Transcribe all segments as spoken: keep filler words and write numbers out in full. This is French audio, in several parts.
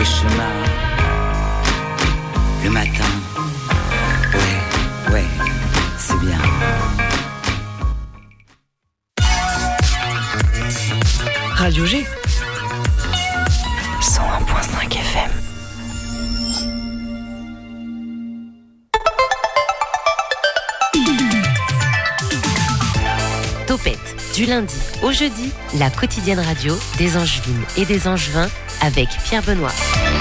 chemin, le matin. Ouais, ouais, c'est bien. Radio G cent un virgule cinq F M. Topette, du lundi au jeudi, la quotidienne radio des Angevines et des Angevins avec Pierre Benoît.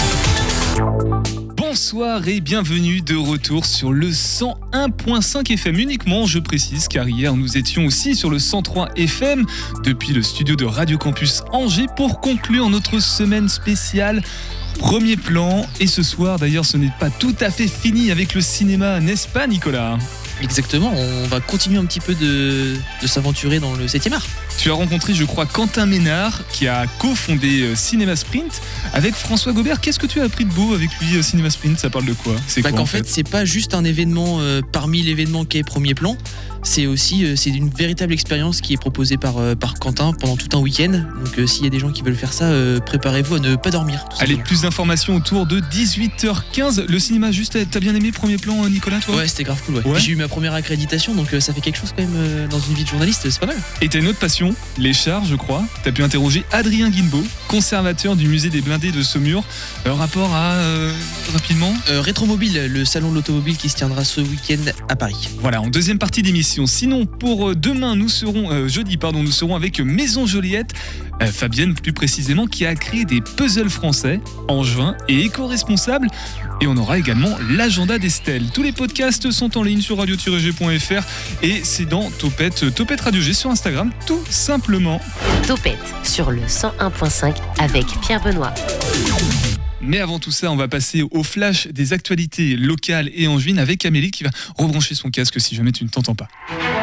Bonsoir et bienvenue de retour sur le cent un virgule cinq F M uniquement, je précise, car hier nous étions aussi sur le cent trois F M depuis le studio de Radio Campus Angers pour conclure notre semaine spéciale Premier Plan. Et ce soir d'ailleurs ce n'est pas tout à fait fini avec le cinéma, n'est-ce pas Nicolas ? Exactement, on va continuer un petit peu de, de s'aventurer dans le septième art. Tu as rencontré, je crois, Quentin Ménard, qui a cofondé Cinéma Sprint avec François Gobert. Qu'est-ce que tu as appris de beau avec lui, Cinéma Sprint ? Ça parle de quoi ? C'est bah quoi qu'en en fait, fait, c'est pas juste un événement euh, parmi l'événement qu'est Premier Plan. C'est aussi euh, c'est une véritable expérience qui est proposée par, euh, par Quentin pendant tout un week-end. Donc euh, s'il y a des gens qui veulent faire ça, euh, préparez-vous à ne pas dormir. Allez, plus d'informations autour de dix-huit heures quinze. Le cinéma, juste, t'as bien aimé Premier Plan, Nicolas, toi ? Ouais, c'était grave cool. Ouais. Ouais. J'ai eu ma première accréditation, donc euh, ça fait quelque chose quand même euh, dans une vie de journaliste, c'est pas mal. Et t'as une autre passion, les chars, je crois. T'as pu interroger Adrien Guimbaud, conservateur du musée des blindés de Saumur. Euh, rapport à... Euh, rapidement euh, Rétromobile, le salon de l'automobile qui se tiendra ce week-end à Paris. Voilà, en deuxième partie d'émission. Sinon, pour demain, nous serons... Euh, jeudi, pardon, nous serons avec Maison Joliette. Euh, Fabienne, plus précisément, qui a créé des puzzles français, angevins et éco-responsables. Et on aura également l'agenda d'Estelle. Tous les podcasts sont en ligne sur radio tiret g point f r et c'est dans Topette, Topette Radio G sur Instagram, tout simplement. Topette sur le cent un virgule cinq avec Pierre Benoît. Mais avant tout ça, on va passer au flash des actualités locales et angevines avec Amélie qui va rebrancher son casque si jamais tu ne t'entends pas.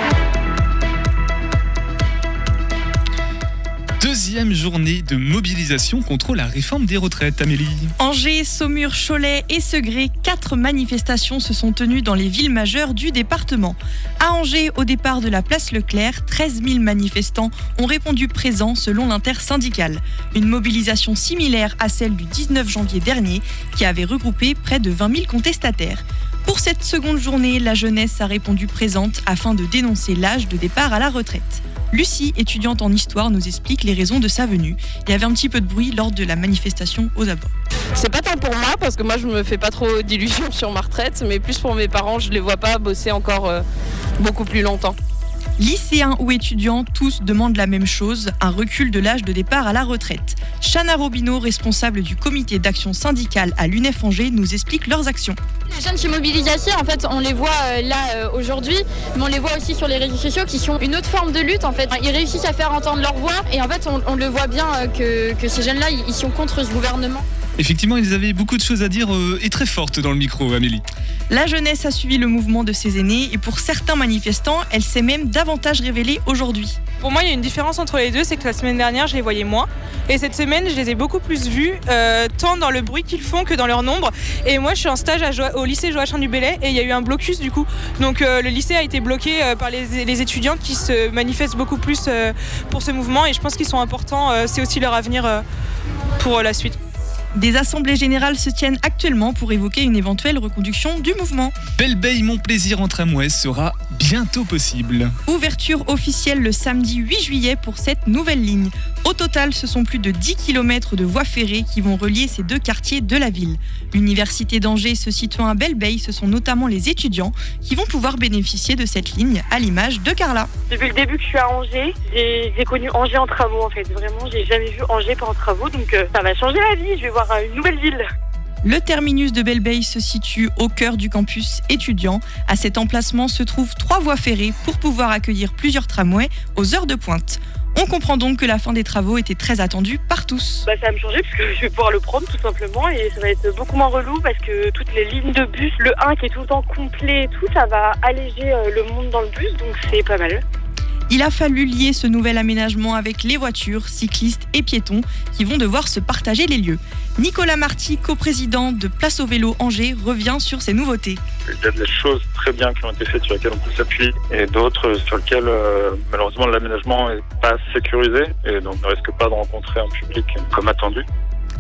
Deuxième journée de mobilisation contre la réforme des retraites, Amélie. Angers, Saumur, Cholet et Segré, quatre manifestations se sont tenues dans les villes majeures du département. À Angers, au départ de la place Leclerc, treize mille manifestants ont répondu présents selon l'intersyndicale. Une mobilisation similaire à celle du dix-neuf janvier dernier qui avait regroupé près de vingt mille contestataires. Pour cette seconde journée, la jeunesse a répondu présente afin de dénoncer l'âge de départ à la retraite. Lucie, étudiante en histoire, nous explique les raisons de sa venue. Il y avait un petit peu de bruit lors de la manifestation aux abords. C'est pas tant pour moi parce que moi je me fais pas trop d'illusions sur ma retraite, mais plus pour mes parents, je les vois pas bosser encore euh, beaucoup plus longtemps. Lycéens ou étudiants, tous demandent la même chose, un recul de l'âge de départ à la retraite. Chana Robineau, responsable du comité d'action syndicale à l'U N E F Angers, nous explique leurs actions. Les jeunes qui mobilisent ici, en fait, on les voit euh, là euh, aujourd'hui, mais on les voit aussi sur les réseaux sociaux qui sont une autre forme de lutte. En fait, ils réussissent à faire entendre leur voix et en fait, on, on le voit bien euh, que, que ces jeunes-là, ils sont contre ce gouvernement. Effectivement, ils avaient beaucoup de choses à dire euh, et très fortes dans le micro, Amélie. La jeunesse a suivi le mouvement de ses aînés et pour certains manifestants, elle s'est même davantage révélée aujourd'hui. Pour moi, il y a une différence entre les deux, c'est que la semaine dernière, je les voyais moins. Et cette semaine, je les ai beaucoup plus vus, euh, tant dans le bruit qu'ils font que dans leur nombre. Et moi, je suis en stage à jo- au lycée Joachim du Bellay et il y a eu un blocus du coup. Donc euh, le lycée a été bloqué euh, par les, les étudiants qui se manifestent beaucoup plus euh, pour ce mouvement. Et je pense qu'ils sont importants, euh, c'est aussi leur avenir euh, pour euh, la suite. Des assemblées générales se tiennent actuellement pour évoquer une éventuelle reconduction du mouvement. Belleveille-Montplaisir en tramway sera bientôt possible. Ouverture officielle le samedi huit juillet pour cette nouvelle ligne. Au total, ce sont plus de dix kilomètres de voies ferrées qui vont relier ces deux quartiers de la ville. L'université d'Angers se situant à Belleveille, ce sont notamment les étudiants qui vont pouvoir bénéficier de cette ligne, à l'image de Carla. Depuis le début que je suis à Angers, j'ai, j'ai connu Angers en travaux en fait. Vraiment, j'ai jamais vu Angers pas en travaux, donc euh, ça va changer la vie. Je vais voir une nouvelle ville. Le terminus de Belleveille se situe au cœur du campus étudiant. À cet emplacement se trouvent trois voies ferrées pour pouvoir accueillir plusieurs tramways aux heures de pointe. On comprend donc que la fin des travaux était très attendue par tous. Bah, ça va me changer parce que je vais pouvoir le prendre tout simplement et ça va être beaucoup moins relou parce que toutes les lignes de bus, le un qui est tout le temps complet, tout ça va alléger le monde dans le bus, donc c'est pas mal. Il a fallu lier ce nouvel aménagement avec les voitures, cyclistes et piétons qui vont devoir se partager les lieux. Nicolas Marty, coprésident de Place au Vélo Angers, revient sur ces nouveautés. Il y a des choses très bien qui ont été faites sur lesquelles on peut s'appuyer et d'autres sur lesquelles euh, malheureusement l'aménagement n'est pas sécurisé et donc ne risque pas de rencontrer un public comme attendu.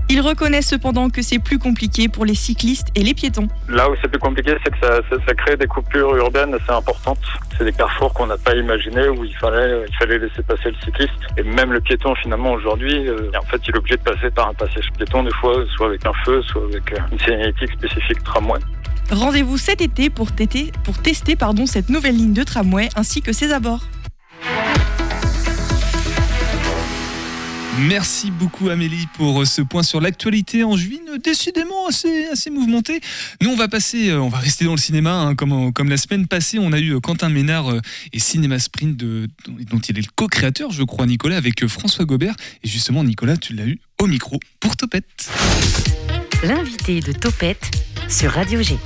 Il reconnaît cependant que c'est plus compliqué pour les cyclistes et les piétons. Là où c'est plus compliqué, c'est que ça, ça, ça crée des coupures urbaines assez importantes. C'est des carrefours qu'on n'a pas imaginés où il fallait, il fallait laisser passer le cycliste. Et même le piéton, finalement, aujourd'hui, euh, en fait, il est obligé de passer par un passage piéton, des fois, soit avec un feu, soit avec une signalétique spécifique tramway. Rendez-vous cet été pour, téter, pour tester pardon, cette nouvelle ligne de tramway ainsi que ses abords. Merci beaucoup Amélie pour ce point sur l'actualité angevine, décidément assez, assez mouvementé. Nous on va passer, on va rester dans le cinéma, hein, comme, comme la semaine passée on a eu Quentin Ménard et Cinéma Sprint de, dont il est le co-créateur je crois Nicolas, avec François Gobert. Et justement Nicolas, tu l'as eu au micro pour Topette. L'invité de Topette sur Radio G.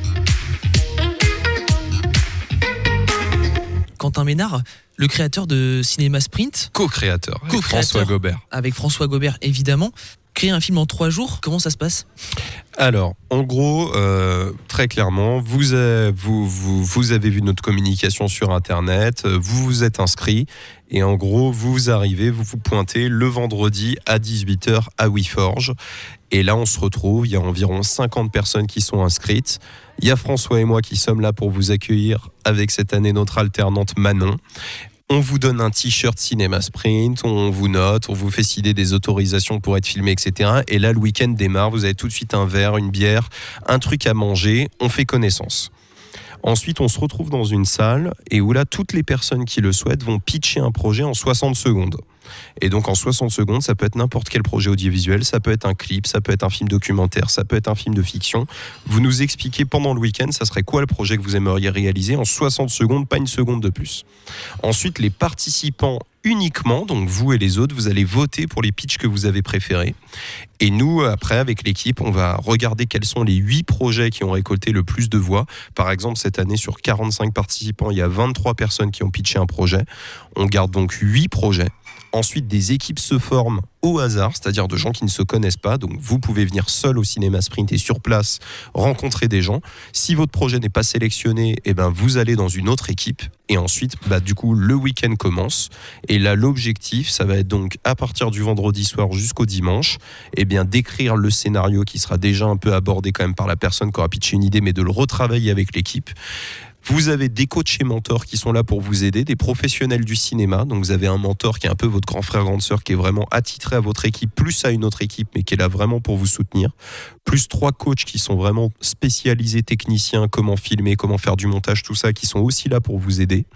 Quentin Ménard, le créateur de Cinéma Sprint. Co-créateur, avec Co-créateur François Gobert. Avec François Gobert, évidemment. Créer un film en trois jours, comment ça se passe ? Alors, en gros, euh, très clairement, vous avez, vous, vous, vous avez vu notre communication sur Internet, vous vous êtes inscrit, et en gros, vous arrivez, vous vous pointez le vendredi à dix-huit heures à WeForge. Et là, on se retrouve, il y a environ cinquante personnes qui sont inscrites. Il y a François et moi qui sommes là pour vous accueillir avec cette année notre alternante Manon. On vous donne un t-shirt Cinéma Sprint, on vous note, on vous fait signer des autorisations pour être filmé, et cetera. Et là, le week-end démarre, vous avez tout de suite un verre, une bière, un truc à manger, on fait connaissance. Ensuite, on se retrouve dans une salle et où là, toutes les personnes qui le souhaitent vont pitcher un projet en soixante secondes. Et donc en soixante secondes, ça peut être n'importe quel projet audiovisuel, ça peut être un clip, ça peut être un film documentaire, ça peut être un film de fiction. Vous nous expliquez pendant le week-end, ça serait quoi le projet que vous aimeriez réaliser en soixante secondes, pas une seconde de plus. Ensuite, les participants uniquement, donc vous et les autres, vous allez voter pour les pitchs que vous avez préférés. Et nous, après, avec l'équipe, on va regarder quels sont les huit projets qui ont récolté le plus de voix. Par exemple, cette année, sur quarante-cinq participants, il y a vingt-trois personnes qui ont pitché un projet. On garde donc huit projets. Ensuite, des équipes se forment au hasard, c'est-à-dire de gens qui ne se connaissent pas. Donc, vous pouvez venir seul au Cinéma Sprint et sur place rencontrer des gens. Si votre projet n'est pas sélectionné, eh ben, vous allez dans une autre équipe. Et ensuite, bah, du coup, le week-end commence. Et là, l'objectif, ça va être donc à partir du vendredi soir jusqu'au dimanche, eh bien, d'écrire le scénario qui sera déjà un peu abordé quand même par la personne qui aura pitché une idée, mais de le retravailler avec l'équipe. Vous avez des coachs et mentors qui sont là pour vous aider, des professionnels du cinéma. Donc vous avez un mentor qui est un peu votre grand frère, grande sœur, qui est vraiment attitré à votre équipe, plus à une autre équipe, mais qui est là vraiment pour vous soutenir. Plus trois coachs qui sont vraiment spécialisés, techniciens, comment filmer, comment faire du montage, tout ça, qui sont aussi là pour vous aider.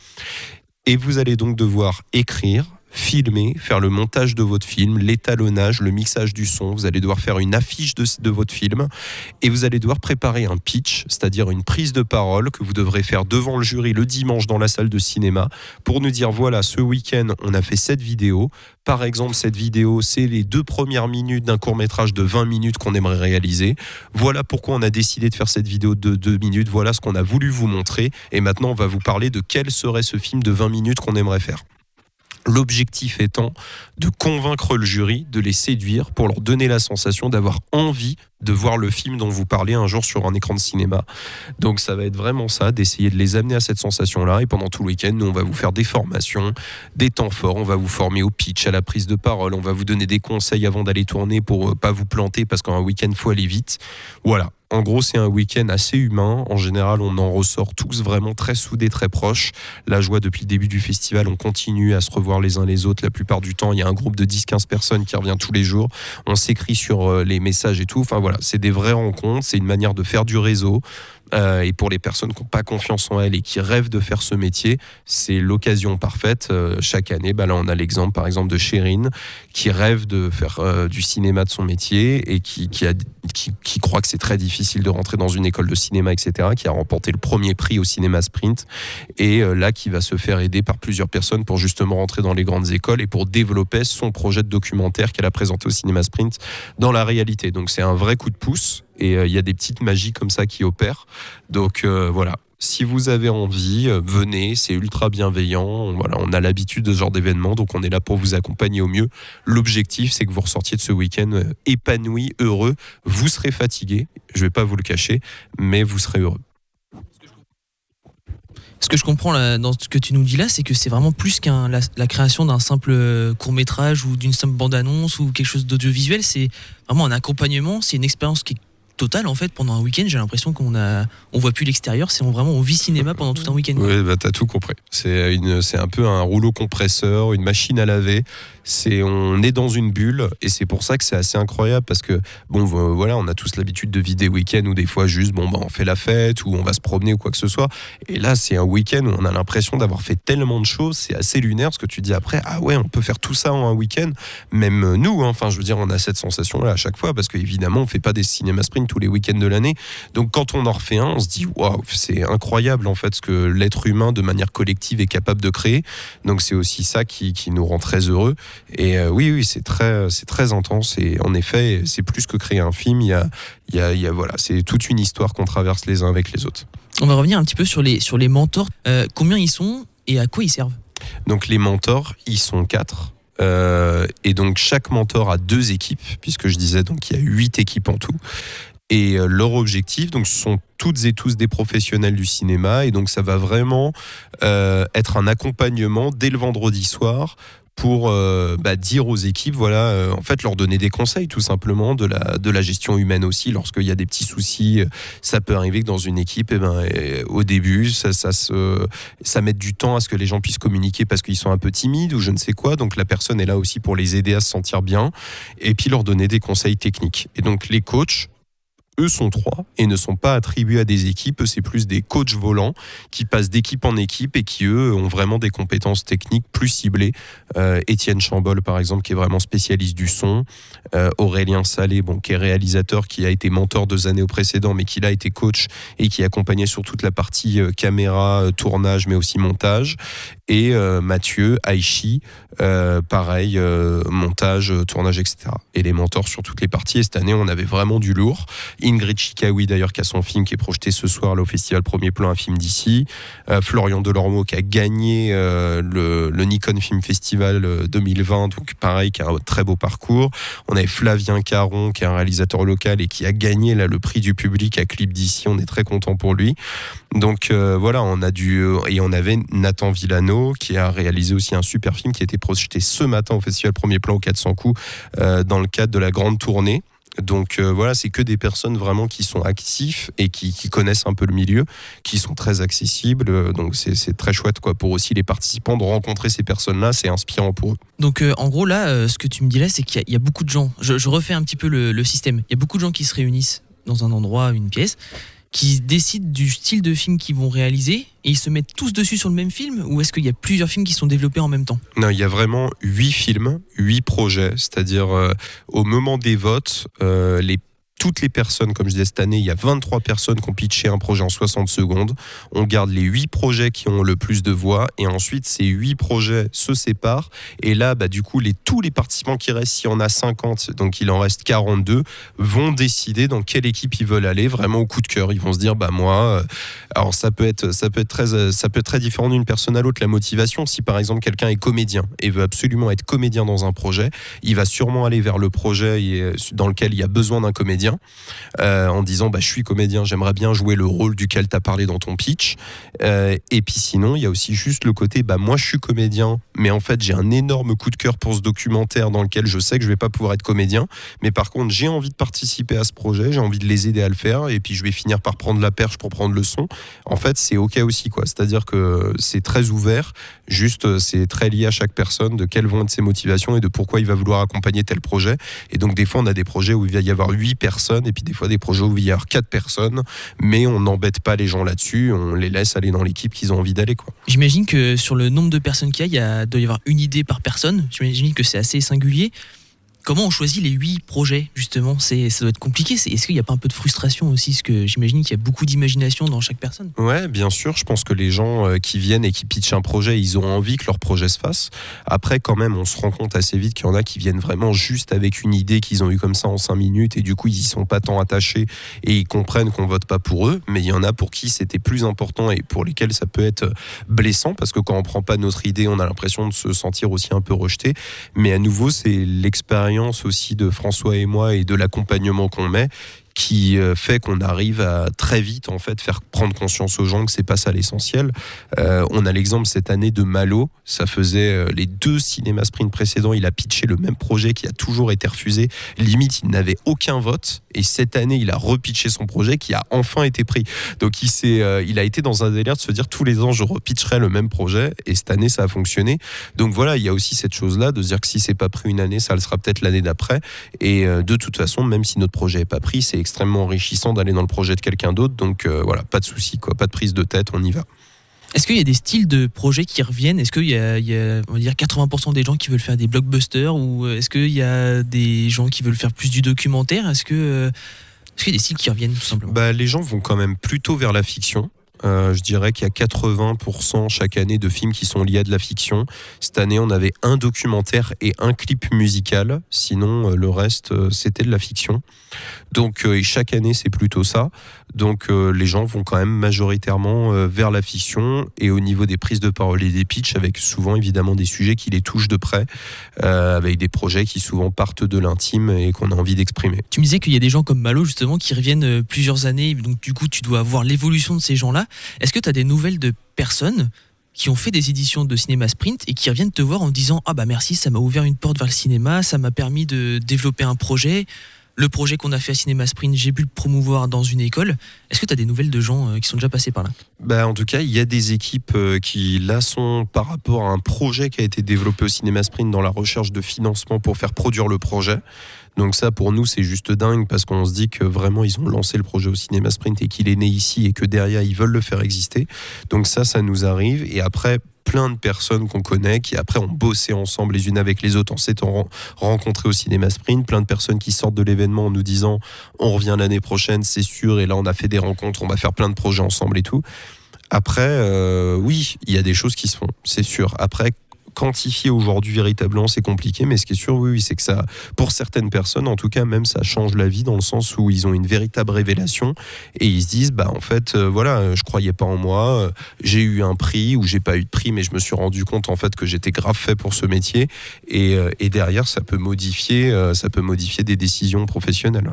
Et vous allez donc devoir écrire, filmer, faire le montage de votre film, l'étalonnage, le mixage du son. Vous allez devoir faire une affiche de, de votre film et vous allez devoir préparer un pitch, c'est-à-dire une prise de parole que vous devrez faire devant le jury le dimanche dans la salle de cinéma pour nous dire voilà, ce week-end, on a fait cette vidéo. Par exemple, cette vidéo, c'est les deux premières minutes d'un court-métrage de vingt minutes qu'on aimerait réaliser. Voilà pourquoi on a décidé de faire cette vidéo de deux minutes. Voilà ce qu'on a voulu vous montrer. Et maintenant, on va vous parler de quel serait ce film de vingt minutes qu'on aimerait faire. L'objectif étant de convaincre le jury, de les séduire pour leur donner la sensation d'avoir envie de voir le film dont vous parlez un jour sur un écran de cinéma. Donc ça va être vraiment ça, d'essayer de les amener à cette sensation-là. Et pendant tout le week-end, nous, on va vous faire des formations, des temps forts. On va vous former au pitch, à la prise de parole. On va vous donner des conseils avant d'aller tourner pour ne pas vous planter parce qu'un week-end, il faut aller vite. Voilà. En gros, c'est un week-end assez humain. En général, on en ressort tous vraiment très soudés, très proches. La joie, depuis le début du festival, on continue à se revoir les uns les autres. La plupart du temps, il y a un groupe de dix à quinze personnes qui revient tous les jours. On s'écrit sur les messages et tout. Enfin voilà, c'est des vraies rencontres. C'est une manière de faire du réseau. Euh, et pour les personnes qui n'ont pas confiance en elles et qui rêvent de faire ce métier, c'est l'occasion parfaite. Euh, chaque année, bah là, on a l'exemple, par exemple, de Chérine, qui rêve de faire euh, du cinéma de son métier et qui, qui, a, qui, qui croit que c'est très difficile de rentrer dans une école de cinéma, et cetera, qui a remporté le premier prix au Cinéma Sprint et euh, là, qui va se faire aider par plusieurs personnes pour justement rentrer dans les grandes écoles et pour développer son projet de documentaire qu'elle a présenté au Cinéma Sprint dans la réalité. Donc, c'est un vrai coup de pouce. Et il euh, y a des petites magies comme ça qui opèrent. Donc euh, voilà, si vous avez envie, euh, venez, c'est ultra bienveillant. On, voilà, on a l'habitude de ce genre d'événement, donc on est là pour vous accompagner au mieux. L'objectif, c'est que vous ressortiez de ce week-end euh, épanoui, heureux. Vous serez fatigué, je ne vais pas vous le cacher, mais vous serez heureux. Ce que je comprends là, dans ce que tu nous dis là, c'est que c'est vraiment plus qu'un la, la création d'un simple court-métrage ou d'une simple bande-annonce ou quelque chose d'audiovisuel. C'est vraiment un accompagnement, c'est une expérience qui est totale en fait. Pendant un week-end, j'ai l'impression qu'on a, on voit plus l'extérieur, c'est on, vraiment on vit cinéma pendant tout un week-end. Oui, bah t'as tout compris. C'est une, c'est un peu un rouleau compresseur, une machine à laver. C'est, on est dans une bulle et c'est pour ça que c'est assez incroyable parce que bon voilà, on a tous l'habitude de vivre des week-ends où des fois juste bon bah on fait la fête ou on va se promener ou quoi que ce soit, et là c'est un week-end où on a l'impression d'avoir fait tellement de choses, c'est assez lunaire ce que tu dis après. Ah ouais, on peut faire tout ça en un week-end, même nous, hein, enfin je veux dire on a cette sensation là à chaque fois parce qu'évidemment on fait pas des cinéma sprint tous les week-ends de l'année, donc quand on en refait un on se dit waouh, c'est incroyable en fait ce que l'être humain de manière collective est capable de créer, donc c'est aussi ça qui, qui nous rend très heureux. Et euh, oui, oui, c'est très, c'est très intense. Et en effet, c'est plus que créer un film. Il y a, il y a, il y a voilà, c'est toute une histoire qu'on traverse les uns avec les autres. On va revenir un petit peu sur les, sur les mentors. Euh, combien ils sont et à quoi ils servent ? Donc les mentors, ils sont quatre. Euh, et donc chaque mentor a deux équipes, puisque je disais donc il y a huit équipes en tout. Et euh, leur objectif, donc ce sont toutes et tous des professionnels du cinéma. Et donc ça va vraiment euh, être un accompagnement dès le vendredi soir pour euh, bah, dire aux équipes, voilà, euh, en fait, leur donner des conseils, tout simplement, de la, de la gestion humaine aussi. Lorsqu'il y a des petits soucis, ça peut arriver que dans une équipe, eh ben, eh, au début, ça, ça, se, ça met du temps à ce que les gens puissent communiquer parce qu'ils sont un peu timides ou je ne sais quoi. Donc, la personne est là aussi pour les aider à se sentir bien et puis leur donner des conseils techniques. Et donc, les coachs, eux sont trois et ne sont pas attribués à des équipes, c'est plus des coachs volants qui passent d'équipe en équipe et qui eux ont vraiment des compétences techniques plus ciblées. Euh, Étienne Chambol par exemple qui est vraiment spécialiste du son, euh, Aurélien Salé bon, qui est réalisateur, qui a été mentor deux années au précédent mais qui là a été coach et qui accompagnait sur toute la partie euh, caméra, euh, tournage mais aussi montage, et euh, Mathieu Aichi, euh, pareil, euh, montage, tournage, et cetera. Et les mentors sur toutes les parties. Et cette année, on avait vraiment du lourd. Ingrid Chikaoui, d'ailleurs, qui a son film qui est projeté ce soir là, au Festival Premier Plan, un film d'ici. Euh, Florian Delormeau, qui a gagné euh, le, le Nikon Film Festival deux mille vingt, donc pareil, qui a un très beau parcours. On avait Flavien Caron, qui est un réalisateur local et qui a gagné là, le prix du public à Clip d'ici. On est très content pour lui. Donc euh, voilà, on a du... Et on avait Nathan Villano, qui a réalisé aussi un super film qui a été projeté ce matin au Festival Premier Plan au quatre cents coups euh, dans le cadre de la grande tournée. Donc euh, voilà, c'est que des personnes vraiment qui sont actifs et qui, qui connaissent un peu le milieu, qui sont très accessibles. Donc c'est, c'est très chouette quoi, pour aussi les participants de rencontrer ces personnes-là, c'est inspirant pour eux. Donc euh, en gros là, euh, ce que tu me dis là, c'est qu'il y a, il y a beaucoup de gens. Je, je refais un petit peu le, le système. Il y a beaucoup de gens qui se réunissent dans un endroit, une pièce, qui décident du style de film qu'ils vont réaliser et ils se mettent tous dessus sur le même film, ou est-ce qu'il y a plusieurs films qui sont développés en même temps ? Non, il y a vraiment huit films, huit projets, c'est-à-dire euh, au moment des votes, euh, les toutes les personnes, comme je disais cette année, il y a vingt-trois personnes qui ont pitché un projet en soixante secondes. On garde les huit projets qui ont le plus de voix et ensuite ces huit projets se séparent. Et là, bah, du coup, les, tous les participants qui restent, s'il y en a cinquante, donc il en reste quarante-deux, vont décider dans quelle équipe ils veulent aller, vraiment au coup de cœur. Ils vont se dire, bah moi, euh, alors ça peut être, ça peut être très, ça peut être très différent d'une personne à l'autre. La motivation, si par exemple quelqu'un est comédien et veut absolument être comédien dans un projet, il va sûrement aller vers le projet dans lequel il y a besoin d'un comédien. Euh, en disant bah, je suis comédien, j'aimerais bien jouer le rôle duquel tu as parlé dans ton pitch. Euh, et puis sinon, il y a aussi juste le côté bah, moi je suis comédien, mais en fait j'ai un énorme coup de cœur pour ce documentaire dans lequel je sais que je vais pas pouvoir être comédien, mais par contre j'ai envie de participer à ce projet, j'ai envie de les aider à le faire, et puis je vais finir par prendre la perche pour prendre le son. En fait, c'est ok aussi, quoi. C'est-à-dire que c'est très ouvert, juste c'est très lié à chaque personne de quelles vont être ses motivations et de pourquoi il va vouloir accompagner tel projet. Et donc des fois on a des projets où il va y avoir huit personnes et puis des fois des projets où il y a quatre personnes, mais on n'embête pas les gens là-dessus, on les laisse aller dans l'équipe qu'ils ont envie d'aller, quoi. J'imagine que sur le nombre de personnes qu'il y a, il y a, doit y avoir une idée par personne. J'imagine que c'est assez singulier. Comment on choisit les huit projets, justement ? C'est, ça doit être compliqué. C'est, est-ce qu'il n'y a pas un peu de frustration aussi ? Parce que j'imagine qu'il y a beaucoup d'imagination dans chaque personne. Ouais, bien sûr. Je pense que les gens euh, qui viennent et qui pitchent un projet, ils ont envie que leur projet se fasse. Après, quand même, on se rend compte assez vite qu'il y en a qui viennent vraiment juste avec une idée qu'ils ont eue comme ça en cinq minutes et du coup, ils y sont pas tant attachés et ils comprennent qu'on vote pas pour eux. Mais il y en a pour qui c'était plus important et pour lesquels ça peut être blessant parce que quand on prend pas notre idée, on a l'impression de se sentir aussi un peu rejeté. Mais à nouveau, c'est l'expérience aussi de François et moi et de l'accompagnement qu'on met qui fait qu'on arrive à très vite en fait faire prendre conscience aux gens que c'est pas ça l'essentiel. Euh, on a l'exemple cette année de Malo, ça faisait les deux cinémas sprint précédents, il a pitché le même projet qui a toujours été refusé, limite il n'avait aucun vote, et cette année il a repitché son projet qui a enfin été pris. Donc il, s'est, euh, il a été dans un délire de se dire tous les ans je repitcherai le même projet, et cette année ça a fonctionné. Donc voilà, il y a aussi cette chose là de se dire que si c'est pas pris une année, ça le sera peut-être l'année d'après, et euh, de toute façon même si notre projet est pas pris, c'est extrêmement enrichissant d'aller dans le projet de quelqu'un d'autre. Donc euh, voilà, pas de souci, quoi, pas de prise de tête, on y va. Est-ce qu'il y a des styles de projets qui reviennent ? Est-ce qu'il y a, il y a on va dire quatre-vingts pour cent des gens qui veulent faire des blockbusters, ou est-ce qu'il y a des gens qui veulent faire plus du documentaire ? Est-ce que est-ce qu'il y a des styles qui reviennent tout simplement ? Bah, les gens vont quand même plutôt vers la fiction. Euh, je dirais qu'il y a quatre-vingts pour cent chaque année de films qui sont liés à de la fiction. Cette année, on avait un documentaire et un clip musical. Sinon, euh, le reste, euh, c'était de la fiction. Donc, euh, et chaque année, c'est plutôt ça. Donc, euh, les gens vont quand même majoritairement euh, vers la fiction. Et au niveau des prises de parole et des pitchs, avec souvent, évidemment, des sujets qui les touchent de près, euh, avec des projets qui souvent partent de l'intime et qu'on a envie d'exprimer. Tu me disais qu'il y a des gens comme Malo, justement, qui reviennent plusieurs années. Donc, du coup, tu dois voir l'évolution de ces gens-là. Est-ce que tu as des nouvelles de personnes qui ont fait des éditions de cinéma sprint et qui reviennent te voir en disant « Ah bah merci, ça m'a ouvert une porte vers le cinéma, ça m'a permis de développer un projet. Le projet qu'on a fait à Cinéma Sprint, j'ai pu le promouvoir dans une école. » Est-ce que tu as des nouvelles de gens qui sont déjà passés par là ? Bah, en tout cas, il y a des équipes qui, là, sont par rapport à un projet qui a été développé au Cinéma Sprint dans la recherche de financement pour faire produire le projet. Donc ça, pour nous, c'est juste dingue parce qu'on se dit que vraiment, ils ont lancé le projet au Cinéma Sprint et qu'il est né ici et que derrière, ils veulent le faire exister. Donc ça, ça nous arrive. Et après, plein de personnes qu'on connaît qui après ont bossé ensemble les unes avec les autres en s'étant rencontrés au Cinéma Sprint, plein de personnes qui sortent de l'événement en nous disant on revient l'année prochaine, c'est sûr, et là on a fait des rencontres, on va faire plein de projets ensemble et tout. Après, euh, oui, il y a des choses qui se font, c'est sûr. Après, quantifier aujourd'hui véritablement c'est compliqué, mais ce qui est sûr, oui, oui, c'est que ça, pour certaines personnes en tout cas, même ça change la vie dans le sens où ils ont une véritable révélation et ils se disent bah en fait euh, voilà, je croyais pas en moi, euh, j'ai eu un prix ou j'ai pas eu de prix, mais je me suis rendu compte en fait que j'étais grave fait pour ce métier, et, euh, et derrière ça peut modifier euh, ça peut modifier des décisions professionnelles.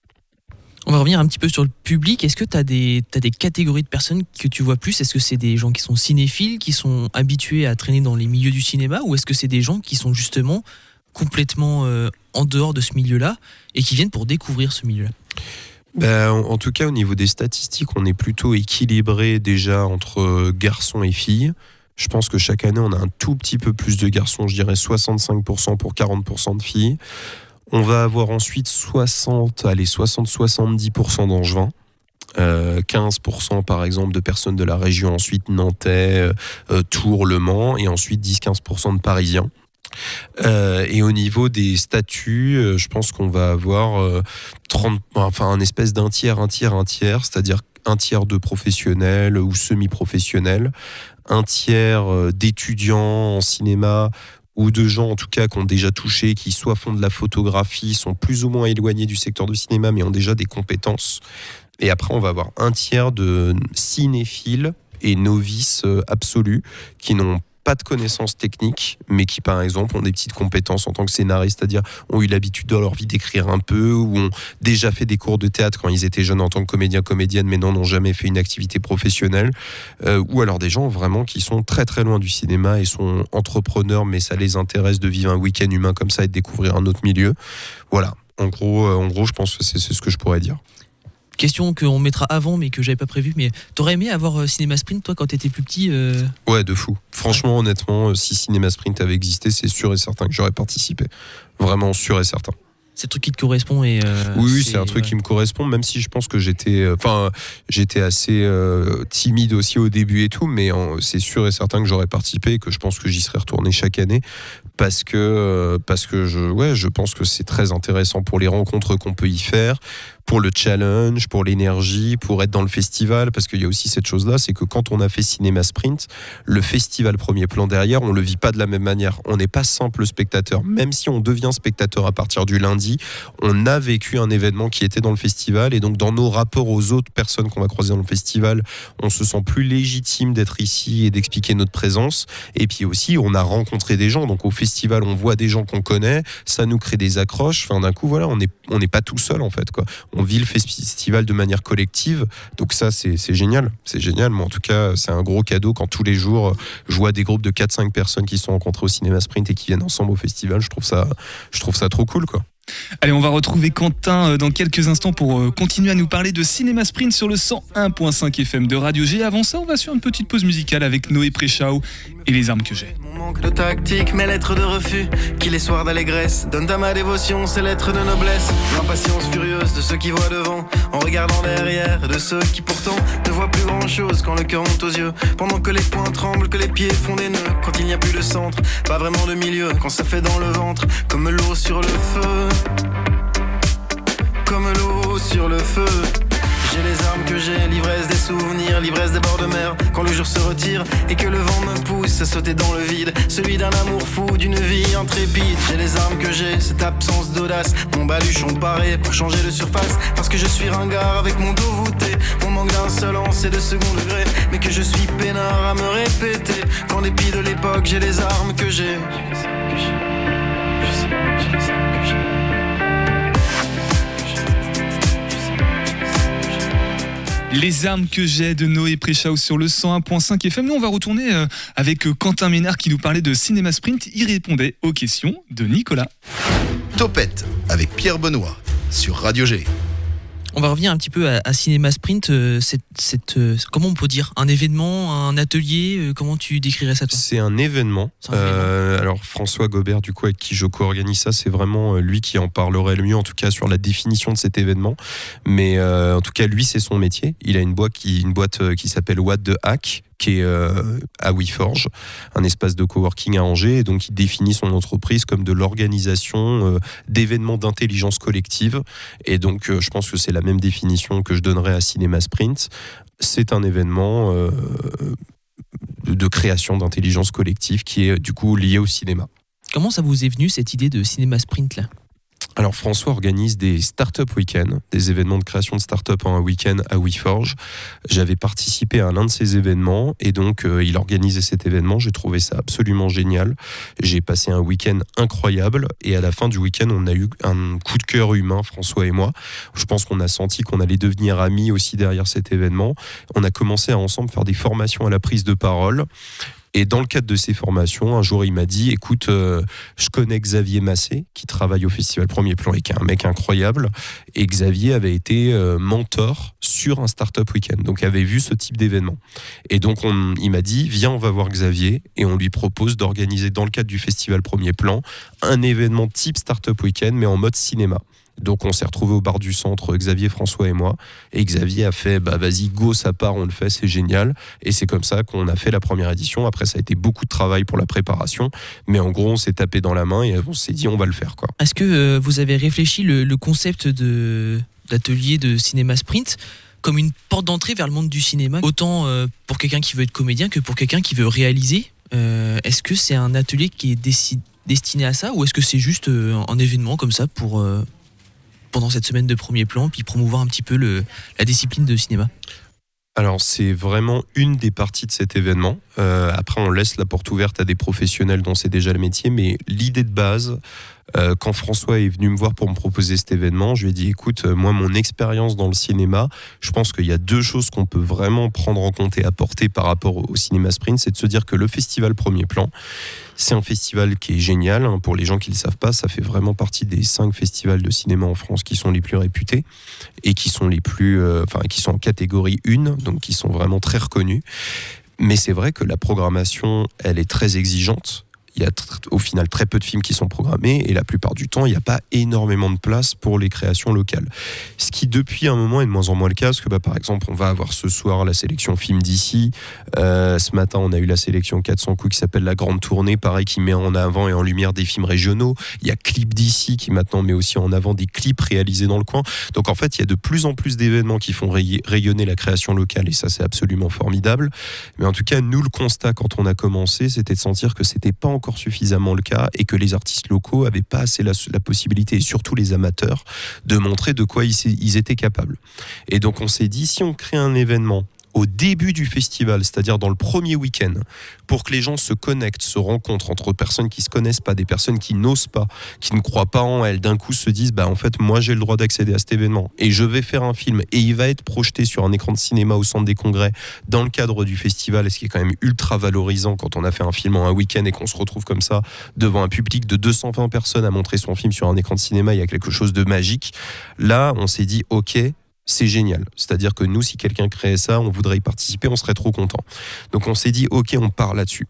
On va revenir un petit peu sur le public. Est-ce que tu as des, t'as des catégories de personnes que tu vois plus ? Est-ce que c'est des gens qui sont cinéphiles, qui sont habitués à traîner dans les milieux du cinéma, ou est-ce que c'est des gens qui sont justement complètement euh, en dehors de ce milieu-là et qui viennent pour découvrir ce milieu-là ? Ben, en, en tout cas, au niveau des statistiques, on est plutôt équilibré déjà entre garçons et filles. Je pense que chaque année, on a un tout petit peu plus de garçons, je dirais soixante-cinq pour cent pour quarante pour cent de filles. On va avoir ensuite soixante, allez, soixante à soixante-dix pour cent d'Angevins, euh, quinze pour cent par exemple de personnes de la région, ensuite Nantais, euh, Tours, Le Mans, et ensuite dix à quinze pour cent de Parisiens. Euh, et au niveau des statuts, euh, je pense qu'on va avoir euh, trente, enfin un espèce d'un tiers, un tiers, un tiers, c'est-à-dire un tiers de professionnels ou semi-professionnels, un tiers euh, d'étudiants en cinéma, ou de gens en tout cas qui ont déjà touché, qui soit font de la photographie, sont plus ou moins éloignés du secteur du cinéma, mais ont déjà des compétences. Et après, on va avoir un tiers de cinéphiles et novices absolus qui n'ont pas de connaissances techniques, mais qui par exemple ont des petites compétences en tant que scénaristes, c'est-à-dire ont eu l'habitude dans leur vie d'écrire un peu, ou ont déjà fait des cours de théâtre quand ils étaient jeunes en tant que comédien, comédienne, mais n'en ont jamais fait une activité professionnelle, euh, ou alors des gens vraiment qui sont très très loin du cinéma et sont entrepreneurs, mais ça les intéresse de vivre un week-end humain comme ça et de découvrir un autre milieu. Voilà, en gros, euh, en gros je pense que c'est, c'est ce que je pourrais dire. Question qu'on mettra avant mais que j'avais pas prévu, mais t'aurais aimé avoir euh, Cinéma Sprint toi quand t'étais plus petit euh... Ouais, de fou. Franchement, ouais. Honnêtement, si Cinéma Sprint avait existé, c'est sûr et certain que j'aurais participé. Vraiment sûr et certain. C'est le truc qui te correspond et euh, oui, oui, c'est, c'est un truc ouais. qui me correspond, même si je pense que j'étais, enfin, euh, j'étais assez euh, timide aussi au début et tout, mais en, c'est sûr et certain que j'aurais participé et que je pense que j'y serais retourné chaque année parce que, euh, parce que je, ouais, je pense que c'est très intéressant pour les rencontres qu'on peut y faire, pour le challenge, pour l'énergie, pour être dans le festival, parce qu'il y a aussi cette chose-là, c'est que quand on a fait Cinéma Sprint, le festival premier plan derrière, on le vit pas de la même manière. On n'est pas simple spectateur. Même si on devient spectateur à partir du lundi, on a vécu un événement qui était dans le festival, et donc dans nos rapports aux autres personnes qu'on va croiser dans le festival, on se sent plus légitime d'être ici et d'expliquer notre présence. Et puis aussi, on a rencontré des gens. Donc au festival, on voit des gens qu'on connaît, ça nous crée des accroches. Enfin, d'un coup, voilà, on n'est on n'est pas tout seul en fait, quoi. on vit le festival de manière collective. Donc ça, c'est, c'est génial. C'est génial. Moi, en tout cas, c'est un gros cadeau quand tous les jours, je vois des groupes de quatre cinq personnes qui se sont rencontrées au Cinéma Sprint et qui viennent ensemble au festival. Je trouve ça, je trouve ça trop cool, quoi. Allez, on va retrouver Quentin dans quelques instants pour continuer à nous parler de Cinéma Sprint sur le cent un virgule cinq F M de Radio G. Avant ça, on va sur une petite pause musicale avec Noé Préchao et Les armes que j'ai. Mon manque de tactique, mes lettres de refus, qui les soirs d'allégresse donnent à ma dévotion ces lettres de noblesse. L'impatience furieuse de ceux qui voient devant, en regardant derrière, de ceux qui pourtant ne voient plus grand chose quand le cœur monte aux yeux. Pendant que les poings tremblent, que les pieds font des nœuds, quand il n'y a plus de centre, pas vraiment de milieu, quand ça fait dans le ventre, comme l'eau sur le feu. Comme l'eau sur le feu. J'ai les armes que j'ai, l'ivresse des souvenirs, l'ivresse des bords de mer. Quand le jour se retire et que le vent me pousse à sauter dans le vide, celui d'un amour fou, d'une vie intrépide. J'ai les armes que j'ai, cette absence d'audace, mon baluchon paré pour changer de surface. Parce que je suis ringard avec mon dos voûté, mon manque d'insolence et de second degré, mais que je suis peinard à me répéter. Qu'en dépit de l'époque, j'ai les armes que j'ai. Les armes que j'ai de Noé Préchao sur le cent un virgule cinq F M. Nous, on va retourner avec Quentin Ménard qui nous parlait de Cinéma Sprint. Il répondait aux questions de Nicolas. Topette avec Pierre Benoît sur Radio G. On va revenir un petit peu à, à Cinéma Sprint. Euh, cette, cette, euh, comment on peut dire, un événement, un atelier, euh, comment tu décrirais ça, toi ? C'est un événement. C'est un euh, événement. Alors François Gobert, du coup, avec qui je co-organise ça, c'est vraiment lui qui en parlerait le mieux, en tout cas sur la définition de cet événement. Mais euh, en tout cas, lui, c'est son métier. Il a une boîte qui, une boîte qui s'appelle What the Hack, qui est euh, à WeForge, un espace de coworking à Angers, et donc il définit son entreprise comme de l'organisation euh, d'événements d'intelligence collective, et donc euh, je pense que c'est la même définition que je donnerais à Cinéma Sprint. C'est un événement euh, de création d'intelligence collective qui est du coup lié au cinéma. Comment ça vous est venu cette idée de Cinéma Sprint là ? Alors François organise des start-up week-ends, des événements de création de start-up en un week-end à WeForge. J'avais participé à l'un de ces événements et donc euh, il organisait cet événement. J'ai trouvé ça absolument génial. J'ai passé un week-end incroyable et à la fin du week-end, on a eu un coup de cœur humain, François et moi. Je pense qu'on a senti qu'on allait devenir amis aussi derrière cet événement. On a commencé à ensemble faire des formations à la prise de parole. Et dans le cadre de ces formations, un jour, il m'a dit, écoute, euh, je connais Xavier Massé, qui travaille au Festival Premier Plan et qui est un mec incroyable. Et Xavier avait été euh, mentor sur un Startup Weekend, donc avait vu ce type d'événement. Et donc, on, il m'a dit, viens, on va voir Xavier, et on lui propose d'organiser, dans le cadre du Festival Premier Plan, un événement type Startup Weekend, mais en mode cinéma. Donc on s'est retrouvés au bar du centre, Xavier, François et moi, et Xavier a fait bah vas-y go, ça part, on le fait, c'est génial, et c'est comme ça qu'on a fait la première édition. Après ça a été beaucoup de travail pour la préparation, mais en gros on s'est tapé dans la main et on s'est dit on va le faire quoi. Est-ce que euh, vous avez réfléchi le, le concept de, d'atelier de Cinéma Sprint comme une porte d'entrée vers le monde du cinéma, autant euh, pour quelqu'un qui veut être comédien que pour quelqu'un qui veut réaliser euh, est-ce que c'est un atelier qui est déci- destiné à ça, ou est-ce que c'est juste euh, un événement comme ça pour euh, pendant cette semaine de premier plan, puis promouvoir un petit peu le, la discipline de cinéma ? Alors c'est vraiment une des parties de cet événement. Euh, après on laisse la porte ouverte à des professionnels dont c'est déjà le métier, mais l'idée de base, euh, quand François est venu me voir pour me proposer cet événement, je lui ai dit écoute, euh, moi mon expérience dans le cinéma, je pense qu'il y a deux choses qu'on peut vraiment prendre en compte et apporter par rapport au Cinéma Sprint, c'est de se dire que le festival Premier Plan, c'est un festival qui est génial. Hein. Pour les gens qui ne le savent pas, ça fait vraiment partie des cinq festivals de cinéma en France qui sont les plus réputés et qui sont les plus, euh, enfin, qui sont en catégorie un, donc qui sont vraiment très reconnus. Mais c'est vrai que la programmation, elle est très exigeante. Il y a tr- au final très peu de films qui sont programmés et la plupart du temps, il n'y a pas énormément de place pour les créations locales. Ce qui, depuis un moment, est de moins en moins le cas, parce que bah, par exemple, on va avoir ce soir la sélection film d'ici. Euh, ce matin, on a eu la sélection quatre cents coups qui s'appelle La Grande Tournée, pareil, qui met en avant et en lumière des films régionaux. Il y a Clip d'ici qui maintenant met aussi en avant des clips réalisés dans le coin. Donc en fait, il y a de plus en plus d'événements qui font ray- rayonner la création locale et ça, c'est absolument formidable. Mais en tout cas, nous, le constat quand on a commencé, c'était de sentir que c'était pas encore suffisamment le cas et que les artistes locaux avaient pas assez la, la possibilité, et surtout les amateurs, de montrer de quoi ils, ils étaient capables. Et donc on s'est dit, si on crée un événement au début du festival, c'est-à-dire dans le premier week-end, pour que les gens se connectent, se rencontrent entre personnes qui se connaissent pas, des personnes qui n'osent pas, qui ne croient pas en elles, d'un coup se disent bah en fait moi j'ai le droit d'accéder à cet événement et je vais faire un film et il va être projeté sur un écran de cinéma au centre des congrès dans le cadre du festival, ce qui est quand même ultra valorisant quand on a fait un film en un week-end et qu'on se retrouve comme ça devant un public de deux cent vingt personnes à montrer son film sur un écran de cinéma. Il y a quelque chose de magique. Là on s'est dit ok, c'est génial. C'est-à-dire que nous, si quelqu'un créait ça, on voudrait y participer, on serait trop content. Donc on s'est dit, ok, on part là-dessus.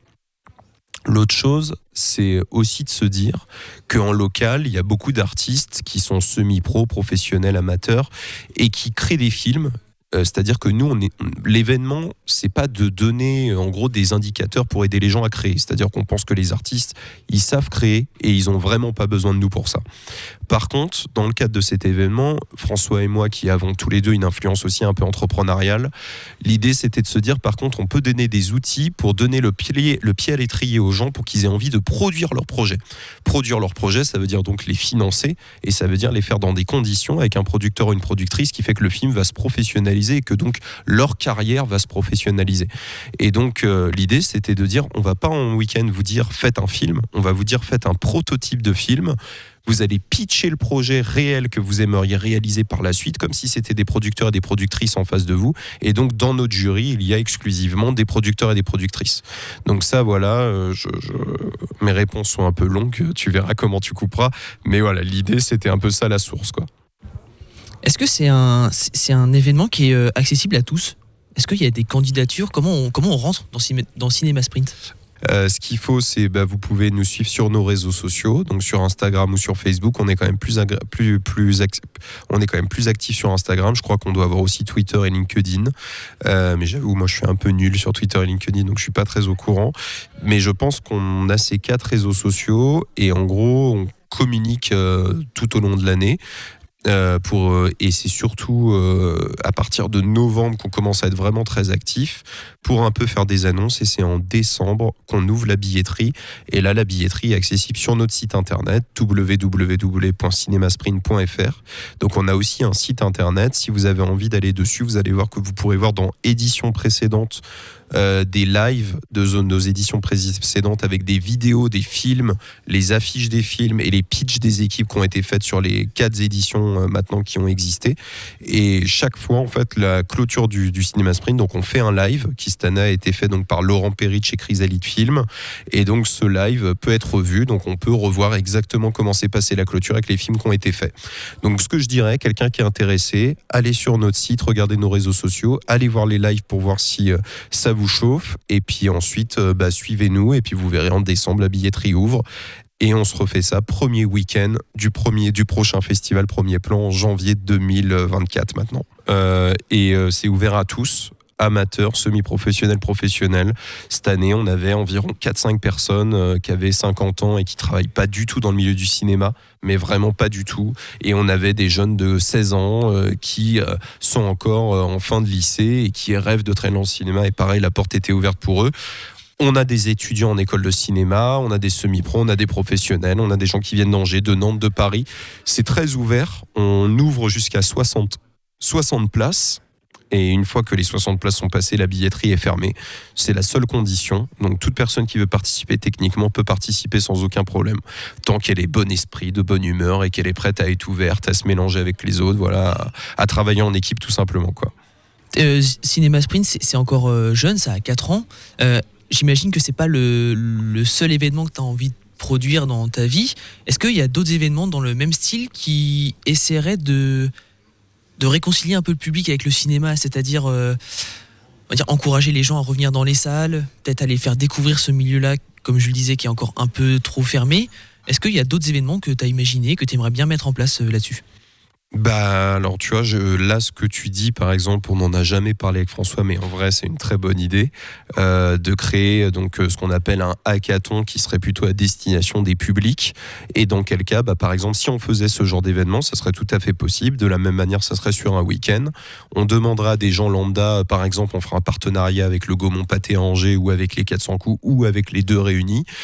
L'autre chose, c'est aussi de se dire qu'en local, il y a beaucoup d'artistes qui sont semi-pro, professionnels, amateurs, et qui créent des films. Euh, c'est-à-dire que nous, on est, l'événement, c'est pas de donner en gros des indicateurs pour aider les gens à créer. C'est-à-dire qu'on pense que les artistes, ils savent créer et ils ont vraiment pas besoin de nous pour ça. Par contre, dans le cadre de cet événement, François et moi, qui avons tous les deux une influence aussi un peu entrepreneuriale, l'idée c'était de se dire, par contre, on peut donner des outils pour donner le pied, le pied à l'étrier aux gens pour qu'ils aient envie de produire leurs projets. Produire leurs projets, ça veut dire donc les financer et ça veut dire les faire dans des conditions avec un producteur ou une productrice qui fait que le film va se professionnaliser et que donc leur carrière va se professionnaliser. Et donc euh, l'idée c'était de dire, on va pas en week-end vous dire faites un film, on va vous dire faites un prototype de film. Vous allez pitcher le projet réel que vous aimeriez réaliser par la suite, comme si c'était des producteurs et des productrices en face de vous. Et donc, dans notre jury, il y a exclusivement des producteurs et des productrices. Donc ça, voilà, euh, je, je... mes réponses sont un peu longues, tu verras comment tu couperas. Mais voilà, l'idée, c'était un peu ça la source, quoi. Est-ce que c'est un, c'est un événement qui est accessible à tous ? Est-ce qu'il y a des candidatures ? Comment on, comment on rentre dans, dans Cinéma Sprint ? Euh, ce qu'il faut, c'est bah, vous pouvez nous suivre sur nos réseaux sociaux, donc sur Instagram ou sur Facebook. On est quand même plus, agra- plus, plus ac- on est quand même plus actif sur Instagram. Je crois qu'on doit avoir aussi Twitter et LinkedIn. Euh, mais j'avoue, moi, je suis un peu nul sur Twitter et LinkedIn, donc je suis pas très au courant. Mais je pense qu'on a ces quatre réseaux sociaux et en gros, on communique euh, tout au long de l'année. Euh, pour, euh, et c'est surtout euh, à partir de novembre qu'on commence à être vraiment très actif pour un peu faire des annonces, et c'est en décembre qu'on ouvre la billetterie, et là la billetterie est accessible sur notre site internet w w w point cinemasprint point f r. Donc on a aussi un site internet, si vous avez envie d'aller dessus, vous allez voir que vous pourrez voir dans éditions précédentes Euh, des lives de nos éditions précédentes avec des vidéos, des films, les affiches des films et les pitchs des équipes qui ont été faites sur les quatre éditions euh, maintenant qui ont existé. Et chaque fois, en fait, la clôture du, du Cinéma Sprint, donc on fait un live qui cette année a été fait donc par Laurent Perry chez Chrysalide Film. Et donc ce live peut être vu, donc on peut revoir exactement comment s'est passée la clôture avec les films qui ont été faits. Donc ce que je dirais, quelqu'un qui est intéressé, allez sur notre site, regardez nos réseaux sociaux, allez voir les lives pour voir si euh, ça vous chauffe, et puis ensuite euh, bah, suivez-nous, et puis vous verrez en décembre la billetterie ouvre et on se refait ça premier week-end du, premier, du prochain festival Premier Plan en janvier deux mille vingt-quatre maintenant. Euh, et euh, c'est ouvert à tous, amateurs, semi-professionnels, professionnels. Cette année, on avait environ quatre cinq personnes euh, qui avaient cinquante ans et qui travaillent pas du tout dans le milieu du cinéma, mais vraiment pas du tout. Et on avait des jeunes de seize ans euh, qui euh, sont encore euh, en fin de lycée et qui rêvent de traîner dans le cinéma. Et pareil, la porte était ouverte pour eux. On a des étudiants en école de cinéma, on a des semi-pros, on a des professionnels, on a des gens qui viennent d'Angers, de Nantes, de Paris. C'est très ouvert. On ouvre jusqu'à soixante, soixante places. Et une fois que les soixante places sont passées, la billetterie est fermée. C'est la seule condition. Donc toute personne qui veut participer techniquement peut participer sans aucun problème. Tant qu'elle est bon esprit, de bonne humeur et qu'elle est prête à être ouverte, à se mélanger avec les autres, voilà, à, à travailler en équipe tout simplement, quoi. Euh, Cinéma Sprint, c'est, c'est encore euh, jeune, ça a quatre ans. Euh, j'imagine que c'est pas le, le seul événement que tu as envie de produire dans ta vie. Est-ce qu'il y a d'autres événements dans le même style qui essaieraient de... de réconcilier un peu le public avec le cinéma, c'est-à-dire, euh, on va dire encourager les gens à revenir dans les salles, peut-être à les faire découvrir ce milieu-là, comme je le disais, qui est encore un peu trop fermé. Est-ce qu'il y a d'autres événements que tu as imaginés, que tu aimerais bien mettre en place euh, là-dessus ? Bah alors tu vois, je, là ce que tu dis par exemple, on n'en a jamais parlé avec François, mais en vrai c'est une très bonne idée euh, de créer donc euh, ce qu'on appelle un hackathon qui serait plutôt à destination des publics, et dans quel cas bah, par exemple si on faisait ce genre d'événement ça serait tout à fait possible. De la même manière ça serait sur un week-end, on demandera à des gens lambda, par exemple on fera un partenariat avec le Gaumont Pâté à Angers ou avec les quatre cents coups ou avec les deux réunis.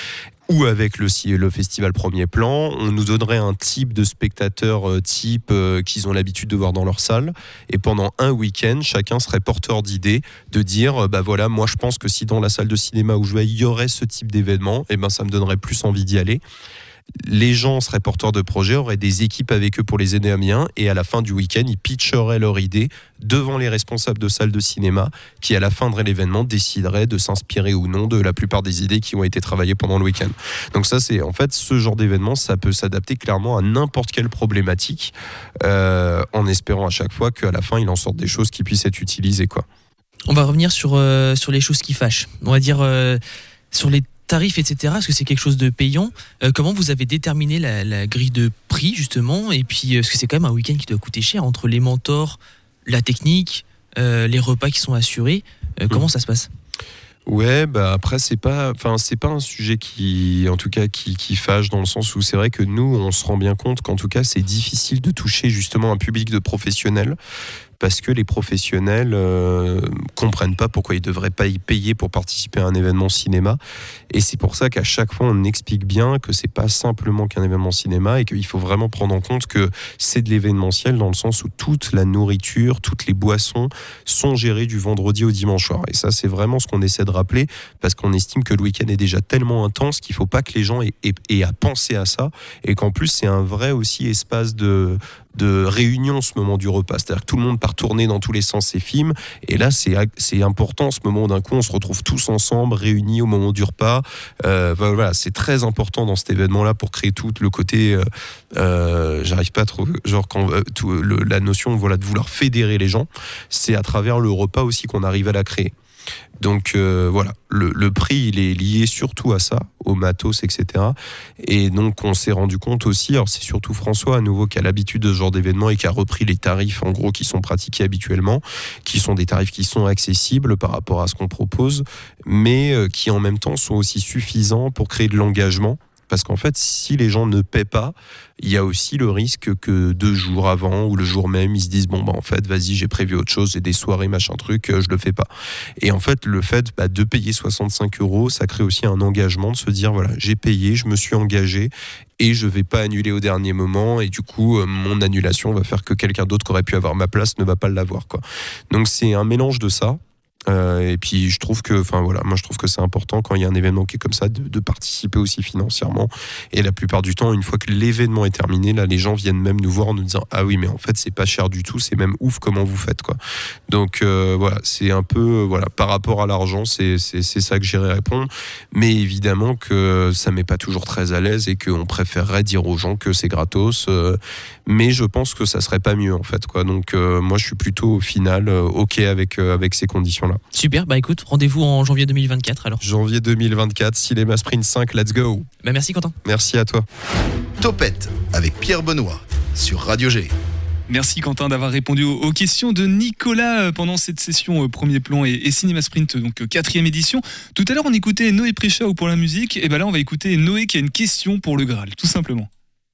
ou avec le, le festival Premier Plan. On nous donnerait un type de spectateurs euh, type euh, qu'ils ont l'habitude de voir dans leur salle. Et pendant un week-end, chacun serait porteur d'idées, de dire, euh, bah voilà, moi je pense que si dans la salle de cinéma où je vais, il y aurait ce type d'événement, et ben ça me donnerait plus envie d'y aller. Les gens seraient porteurs de projets, auraient des équipes avec eux pour les aider à bien, et à la fin du week-end, ils pitcheraient leur idée devant les responsables de salles de cinéma, qui à la fin de l'événement décideraient de s'inspirer ou non de la plupart des idées qui ont été travaillées pendant le week-end. Donc ça, c'est en fait ce genre d'événement, ça peut s'adapter clairement à n'importe quelle problématique, euh, en espérant à chaque fois qu'à la fin, il en sorte des choses qui puissent être utilisées, quoi. On va revenir sur, euh, sur les choses qui fâchent. On va dire euh, sur les tarifs, et cetera. Est-ce que c'est quelque chose de payant ? euh, Comment vous avez déterminé la, la grille de prix, justement ? Et puis, est-ce que c'est quand même un week-end qui doit coûter cher entre les mentors, la technique, euh, les repas qui sont assurés ? euh, Comment mmh. ça se passe ? Ouais, bah après c'est pas, enfin c'est pas un sujet qui, en tout cas, qui, qui fâche, dans le sens où c'est vrai que nous, on se rend bien compte qu'en tout cas c'est difficile de toucher justement un public de professionnels. Parce que les professionnels euh, comprennent pas pourquoi ils devraient pas y payer pour participer à un événement cinéma. Et c'est pour ça qu'à chaque fois, on explique bien que c'est pas simplement qu'un événement cinéma et qu'il faut vraiment prendre en compte que c'est de l'événementiel dans le sens où toute la nourriture, toutes les boissons sont gérées du vendredi au dimanche soir. Et ça, c'est vraiment ce qu'on essaie de rappeler parce qu'on estime que le week-end est déjà tellement intense qu'il faut pas que les gens aient, aient, aient à penser à ça et qu'en plus, c'est un vrai aussi espace de de réunion, ce moment du repas, c'est-à-dire que tout le monde part tourner dans tous les sens ses films, et là c'est, c'est important ce moment, d'un coup on se retrouve tous ensemble réunis au moment du repas. Euh, voilà, c'est très important dans cet événement-là pour créer tout le côté euh, euh, j'arrive pas à trop, genre quand euh, tout, le, la notion voilà, de vouloir fédérer les gens, c'est à travers le repas aussi qu'on arrive à la créer. Donc euh, voilà, le, le prix il est lié surtout à ça, au matos, et cetera. Et donc on s'est rendu compte aussi, alors c'est surtout François à nouveau qui a l'habitude de ce genre d'événement et qui a repris les tarifs en gros qui sont pratiqués habituellement, qui sont des tarifs qui sont accessibles par rapport à ce qu'on propose, mais euh, qui en même temps sont aussi suffisants pour créer de l'engagement. Parce qu'en fait, si les gens ne paient pas, il y a aussi le risque que deux jours avant ou le jour même, ils se disent bon bah en fait, vas-y, j'ai prévu autre chose, j'ai des soirées, machin truc, je le fais pas. Et en fait, le fait bah, de payer soixante-cinq euros, ça crée aussi un engagement de se dire voilà, j'ai payé, je me suis engagé et je vais pas annuler au dernier moment. Et du coup, euh, mon annulation va faire que quelqu'un d'autre qui aurait pu avoir ma place ne va pas l'avoir, quoi. Donc c'est un mélange de ça. Euh, et puis je trouve que, enfin voilà, moi je trouve que c'est important quand il y a un événement qui est comme ça de, de participer aussi financièrement. Et la plupart du temps, une fois que l'événement est terminé, là les gens viennent même nous voir en nous disant ah oui mais en fait c'est pas cher du tout, c'est même ouf comment vous faites quoi. Donc euh, voilà, c'est un peu euh, voilà par rapport à l'argent, c'est c'est c'est ça que j'irais répondre. Mais évidemment que ça m'est pas toujours très à l'aise et qu'on préférerait dire aux gens que c'est gratos. Euh, mais je pense que ça serait pas mieux en fait quoi. Donc euh, moi je suis plutôt au final euh, ok avec euh, avec ces conditions là. Super, bah écoute, rendez-vous en janvier deux mille vingt-quatre alors. Janvier deux mille vingt-quatre, Cinéma Sprint cinq, let's go. Bah merci Quentin. Merci à toi. Topette avec Pierre Benoît sur Radio G. Merci Quentin d'avoir répondu aux, aux questions de Nicolas pendant cette session euh, Premier Plan et, et Cinéma Sprint, donc euh, quatrième édition. Tout à l'heure on écoutait Noé Préchaud pour la musique, et ben là on va écouter Noé qui a une question pour le Graal, tout simplement.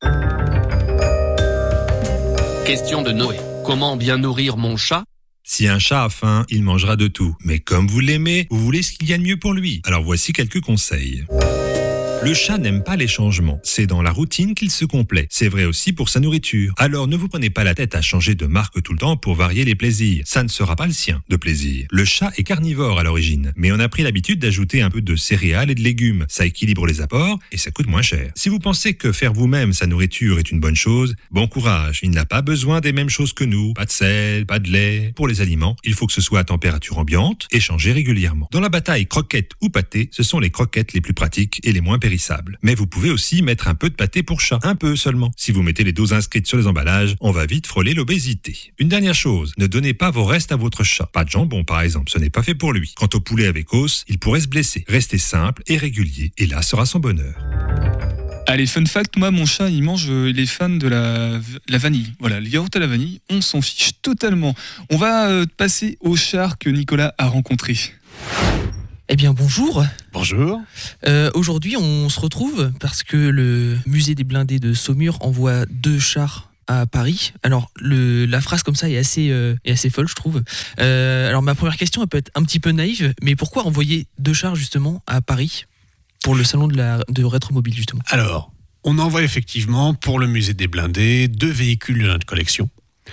Question de Noé. Comment bien nourrir mon chat ? Si un chat a faim, il mangera de tout. Mais comme vous l'aimez, vous voulez ce qu'il y a de mieux pour lui. Alors voici quelques conseils. Le chat n'aime pas les changements. C'est dans la routine qu'il se complaît. C'est vrai aussi pour sa nourriture. Alors ne vous prenez pas la tête à changer de marque tout le temps pour varier les plaisirs. Ça ne sera pas le sien de plaisir. Le chat est carnivore à l'origine, mais on a pris l'habitude d'ajouter un peu de céréales et de légumes. Ça équilibre les apports et ça coûte moins cher. Si vous pensez que faire vous-même sa nourriture est une bonne chose, bon courage. Il n'a pas besoin des mêmes choses que nous. Pas de sel, pas de lait. Pour les aliments, il faut que ce soit à température ambiante et changé régulièrement. Dans la bataille croquettes ou pâté, ce sont les croquettes les plus pratiques et les moins périssables. Mais vous pouvez aussi mettre un peu de pâté pour chat, un peu seulement. Si vous mettez les doses inscrites sur les emballages, on va vite frôler l'obésité. Une dernière chose, ne donnez pas vos restes à votre chat. Pas de jambon par exemple, ce n'est pas fait pour lui. Quant au poulet avec os, il pourrait se blesser. Restez simple et régulier, et là sera son bonheur. Allez, fun fact, moi mon chat il mange, il est fan de la, la vanille. Voilà, le yaourt à la vanille, on s'en fiche totalement. On va euh, passer au char que Nicolas a rencontré. Eh bien bonjour. Bonjour. Euh, aujourd'hui on se retrouve parce que le musée des blindés de Saumur envoie deux chars à Paris. Alors le, la phrase comme ça est assez, euh, est assez folle je trouve. Euh, alors ma première question elle peut être un petit peu naïve, mais pourquoi envoyer deux chars justement à Paris ? pour le salon de, la, de Rétromobile, justement? Alors, on envoie effectivement pour le musée des blindés deux véhicules de notre collection.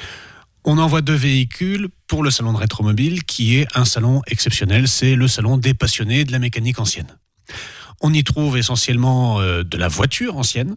On envoie deux véhicules pour le salon de Rétromobile, qui est un salon exceptionnel. C'est le salon des passionnés de la mécanique ancienne. On y trouve essentiellement euh, de la voiture ancienne.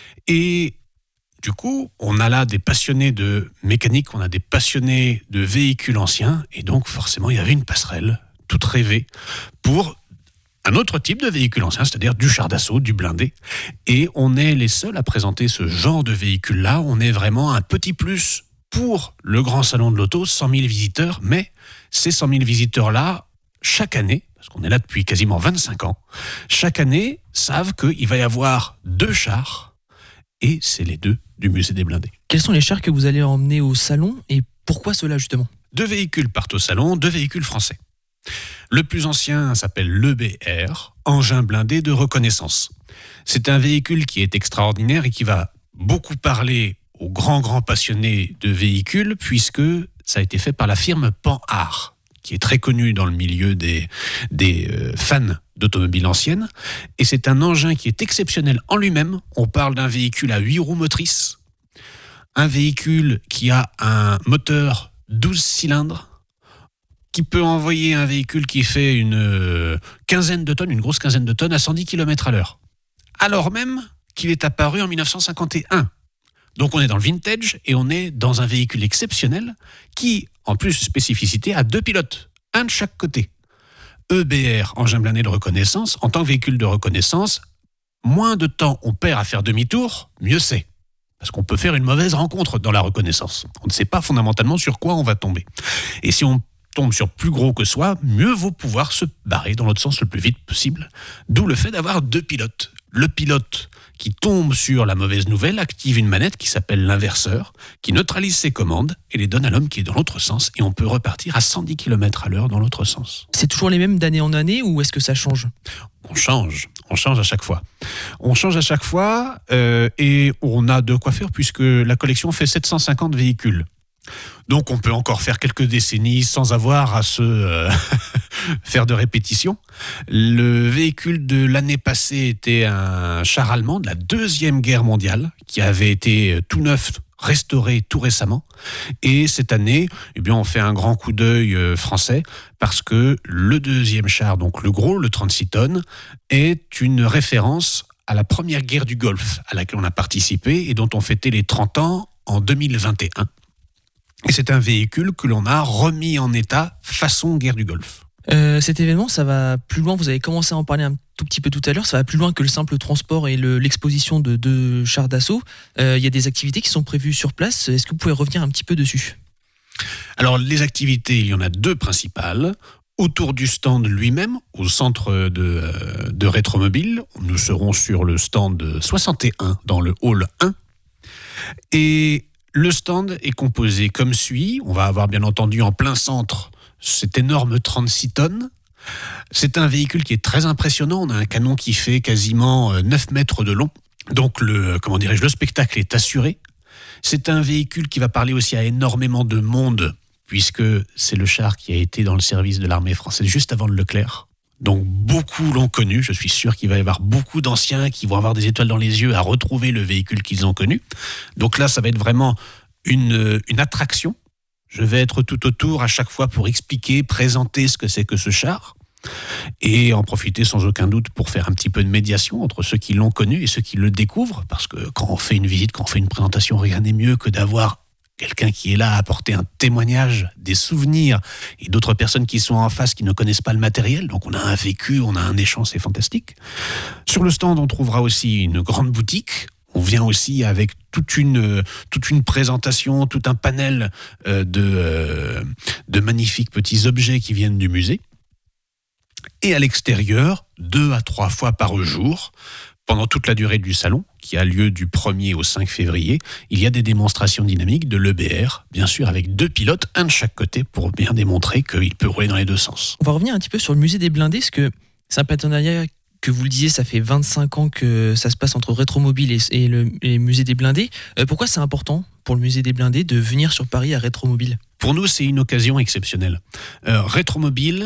Et du coup, on a là des passionnés de mécanique, on a des passionnés de véhicules anciens. Et donc, forcément, il y avait une passerelle toute rêvée pour un autre type de véhicule ancien, c'est-à-dire du char d'assaut, du blindé. Et on est les seuls à présenter ce genre de véhicule-là. On est vraiment un petit plus pour le grand salon de l'auto, cent mille visiteurs, mais ces cent mille visiteurs-là, chaque année, parce qu'on est là depuis quasiment vingt-cinq ans, chaque année savent qu'il va y avoir deux chars, et c'est les deux du musée des blindés. Quels sont les chars que vous allez emmener au salon, et pourquoi cela justement? Deux véhicules partent au salon, deux véhicules français. Le plus ancien s'appelle l'E B R, engin blindé de reconnaissance. C'est un véhicule qui est extraordinaire et qui va beaucoup parler aux grands, grands passionnés de véhicules, puisque ça a été fait par la firme Panhard, qui est très connue dans le milieu des, des euh, fans d'automobiles anciennes. Et c'est un engin qui est exceptionnel en lui-même. On parle d'un véhicule à huit roues motrices, un véhicule qui a un moteur douze cylindres, qui peut envoyer un véhicule qui fait une euh, quinzaine de tonnes, une grosse quinzaine de tonnes, à cent dix kilomètres à l'heure. Alors même qu'il est apparu en mille neuf cent cinquante et un. Donc on est dans le vintage et on est dans un véhicule exceptionnel qui, en plus de spécificité, a deux pilotes, un de chaque côté. E B R, engin blindé de reconnaissance, en tant que véhicule de reconnaissance, moins de temps on perd à faire demi-tour, mieux c'est. Parce qu'on peut faire une mauvaise rencontre dans la reconnaissance. On ne sait pas fondamentalement sur quoi on va tomber. Et si on tombe sur plus gros que soi, mieux vaut pouvoir se barrer dans l'autre sens le plus vite possible. D'où le fait d'avoir deux pilotes. Le pilote qui tombe sur la mauvaise nouvelle active une manette qui s'appelle l'inverseur, qui neutralise ses commandes et les donne à l'homme qui est dans l'autre sens, et on peut repartir à cent dix kilomètres à l'heure dans l'autre sens. C'est toujours les mêmes d'année en année, ou est-ce que ça change? On change, on change à chaque fois. On change à chaque fois euh, et on a de quoi faire puisque la collection fait sept cent cinquante véhicules. Donc on peut encore faire quelques décennies sans avoir à se euh, faire de répétition. Le véhicule de l'année passée était un char allemand de la Deuxième Guerre mondiale qui avait été tout neuf, restauré tout récemment. Et cette année, eh bien, on fait un grand coup d'œil euh, français parce que le deuxième char, donc le gros, le trente-six tonnes, est une référence à la première guerre du Golfe à laquelle on a participé et dont on fêtait les trente ans en deux mille vingt et un. Et c'est un véhicule que l'on a remis en état façon guerre du Golfe. Euh, cet événement, ça va plus loin, vous avez commencé à en parler un tout petit peu tout à l'heure, ça va plus loin que le simple transport et le, l'exposition de deux chars d'assaut. Euh, il y a des activités qui sont prévues sur place, est-ce que vous pouvez revenir un petit peu dessus? Alors les activités, il y en a deux principales. Autour du stand lui-même, au centre de, de Rétromobile, nous serons sur le stand soixante et un dans le hall un. Et le stand est composé comme suit. On va avoir bien entendu en plein centre cet énorme trente-six tonnes. C'est un véhicule qui est très impressionnant. On a un canon qui fait quasiment neuf mètres de long. Donc le, comment dirais-je, le spectacle est assuré. C'est un véhicule qui va parler aussi à énormément de monde, puisque c'est le char qui a été dans le service de l'armée française juste avant le Leclerc. Donc beaucoup l'ont connu, je suis sûr qu'il va y avoir beaucoup d'anciens qui vont avoir des étoiles dans les yeux à retrouver le véhicule qu'ils ont connu. Donc là, ça va être vraiment une, une attraction. Je vais être tout autour à chaque fois pour expliquer, présenter ce que c'est que ce char et en profiter sans aucun doute pour faire un petit peu de médiation entre ceux qui l'ont connu et ceux qui le découvrent, parce que quand on fait une visite, quand on fait une présentation, rien n'est mieux que d'avoir quelqu'un qui est là à apporter un témoignage, des souvenirs, et d'autres personnes qui sont en face qui ne connaissent pas le matériel. Donc on a un vécu, on a un échange, c'est fantastique. Sur le stand, on trouvera aussi une grande boutique. On vient aussi avec toute une, toute une présentation, tout un panel de, de magnifiques petits objets qui viennent du musée. Et à l'extérieur, deux à trois fois par jour, pendant toute la durée du salon, qui a lieu du premier au cinq février, il y a des démonstrations dynamiques de l'E B R, bien sûr avec deux pilotes, un de chaque côté, pour bien démontrer qu'il peut rouler dans les deux sens. On va revenir un petit peu sur le musée des blindés, parce que c'est un partenariat que vous le disiez, ça fait vingt-cinq ans que ça se passe entre Rétromobile et, et le et musée des blindés. Euh, pourquoi c'est important pour le musée des blindés de venir sur Paris à Rétromobile? Pour nous, c'est une occasion exceptionnelle. Euh, Rétromobile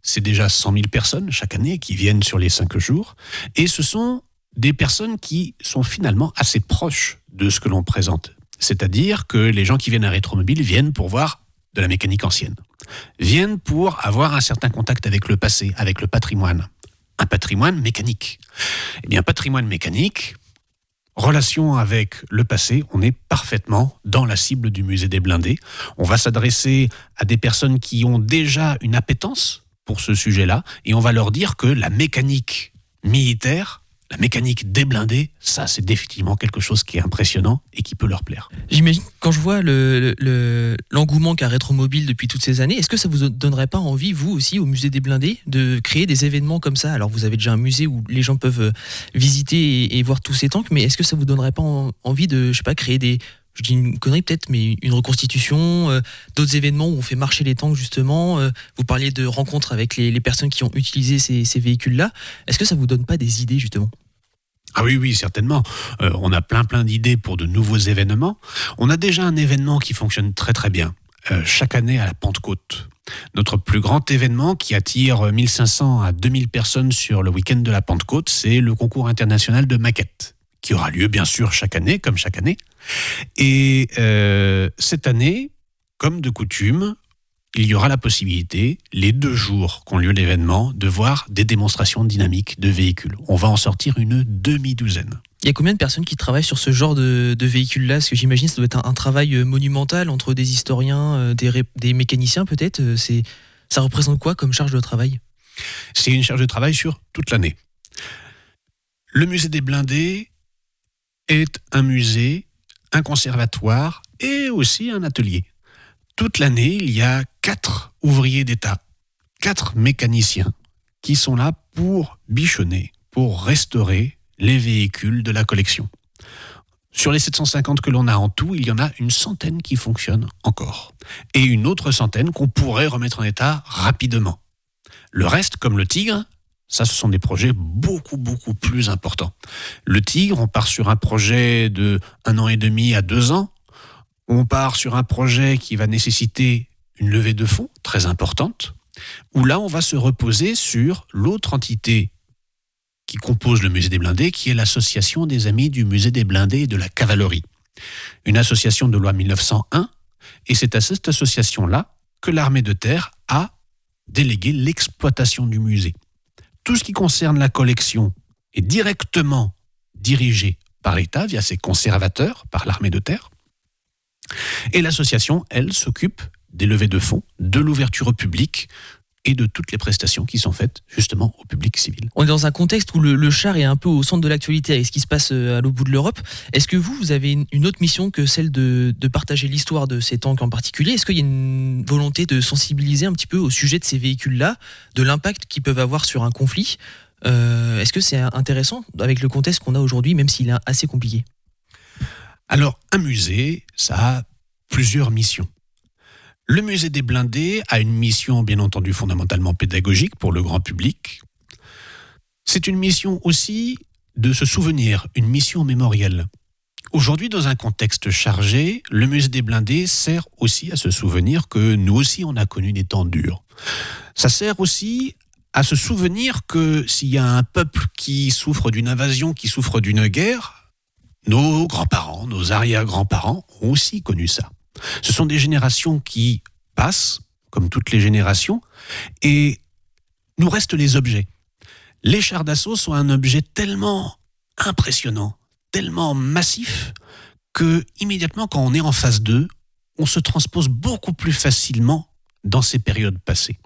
c'est déjà cent mille personnes chaque année qui viennent sur les cinq jours. Et ce sont des personnes qui sont finalement assez proches de ce que l'on présente. C'est-à-dire que les gens qui viennent à Rétromobile viennent pour voir de la mécanique ancienne, viennent pour avoir un certain contact avec le passé, avec le patrimoine. Un patrimoine mécanique. Eh bien, patrimoine mécanique, relation avec le passé, on est parfaitement dans la cible du musée des blindés. On va s'adresser à des personnes qui ont déjà une appétence pour ce sujet-là, et on va leur dire que la mécanique militaire, la mécanique des blindés, ça c'est définitivement quelque chose qui est impressionnant et qui peut leur plaire. J'imagine, quand je vois le, le, l'engouement qu'a Rétromobile depuis toutes ces années, est-ce que ça vous donnerait pas envie, vous aussi, au musée des blindés, de créer des événements comme ça? Alors vous avez déjà un musée où les gens peuvent visiter et, et voir tous ces tanks, mais est-ce que ça vous donnerait pas en, envie de, je sais pas, créer des... Je dis une connerie peut-être, mais une reconstitution, euh, d'autres événements où on fait marcher les tanks justement. Euh, vous parliez de rencontres avec les, les personnes qui ont utilisé ces, ces véhicules-là. Est-ce que ça vous donne pas des idées justement ? Ah oui, oui, certainement. Euh, on a plein plein d'idées pour de nouveaux événements. On a déjà un événement qui fonctionne très très bien, euh, chaque année à la Pentecôte. Notre plus grand événement qui attire mille cinq cents à deux mille personnes sur le week-end de la Pentecôte, c'est le concours international de maquettes, qui aura lieu bien sûr chaque année, comme chaque année. Et euh, cette année, comme de coutume, il y aura la possibilité, les deux jours qu'ont lieu l'événement, de voir des démonstrations dynamiques de véhicules. On va en sortir une demi-douzaine. Il y a combien de personnes qui travaillent sur ce genre de, de véhicules-là ? Parce que j'imagine que ça doit être un, un travail monumental entre des historiens, des, ré, des mécaniciens peut-être. C'est, ça représente quoi comme charge de travail ? C'est une charge de travail sur toute l'année. Le musée des blindés est un musée, un conservatoire et aussi un atelier. Toute l'année, il y a quatre ouvriers d'État, quatre mécaniciens qui sont là pour bichonner, pour restaurer les véhicules de la collection. Sur les sept cent cinquante que l'on a en tout, il y en a une centaine qui fonctionnent encore. Et une autre centaine qu'on pourrait remettre en état rapidement. Le reste, comme le Tigre, ça, ce sont des projets beaucoup, beaucoup plus importants. Le Tigre, on part sur un projet de un an et demi à deux ans. On part sur un projet qui va nécessiter une levée de fonds très importante, où là, on va se reposer sur l'autre entité qui compose le musée des blindés, qui est l'association des amis du musée des blindés et de la cavalerie. Une association de loi mille neuf cent un, et c'est à cette association-là que l'armée de terre a délégué l'exploitation du musée. Tout ce qui concerne la collection est directement dirigé par l'État via ses conservateurs, par l'armée de terre. Et l'association, elle, s'occupe des levées de fonds, de l'ouverture au public et de toutes les prestations qui sont faites justement au public civil. On est dans un contexte où le, le char est un peu au centre de l'actualité avec ce qui se passe à l'autre bout de l'Europe. Est-ce que vous, vous avez une autre mission que celle de, de partager l'histoire de ces tanks en particulier ? Est-ce qu'il y a une volonté de sensibiliser un petit peu au sujet de ces véhicules-là, de l'impact qu'ils peuvent avoir sur un conflit ? euh, Est-ce que c'est intéressant avec le contexte qu'on a aujourd'hui, même s'il est assez compliqué ? Alors, un musée, ça a plusieurs missions. Le musée des blindés a une mission, bien entendu, fondamentalement pédagogique pour le grand public. C'est une mission aussi de se souvenir, une mission mémorielle. Aujourd'hui, dans un contexte chargé, le musée des blindés sert aussi à se souvenir que nous aussi, on a connu des temps durs. Ça sert aussi à se souvenir que s'il y a un peuple qui souffre d'une invasion, qui souffre d'une guerre, nos grands-parents, nos arrière-grands-parents ont aussi connu ça. Ce sont des générations qui passent, comme toutes les générations, et nous restent les objets. Les chars d'assaut sont un objet tellement impressionnant, tellement massif, que immédiatement, quand on est en phase deux, on se transpose beaucoup plus facilement dans ces périodes passées.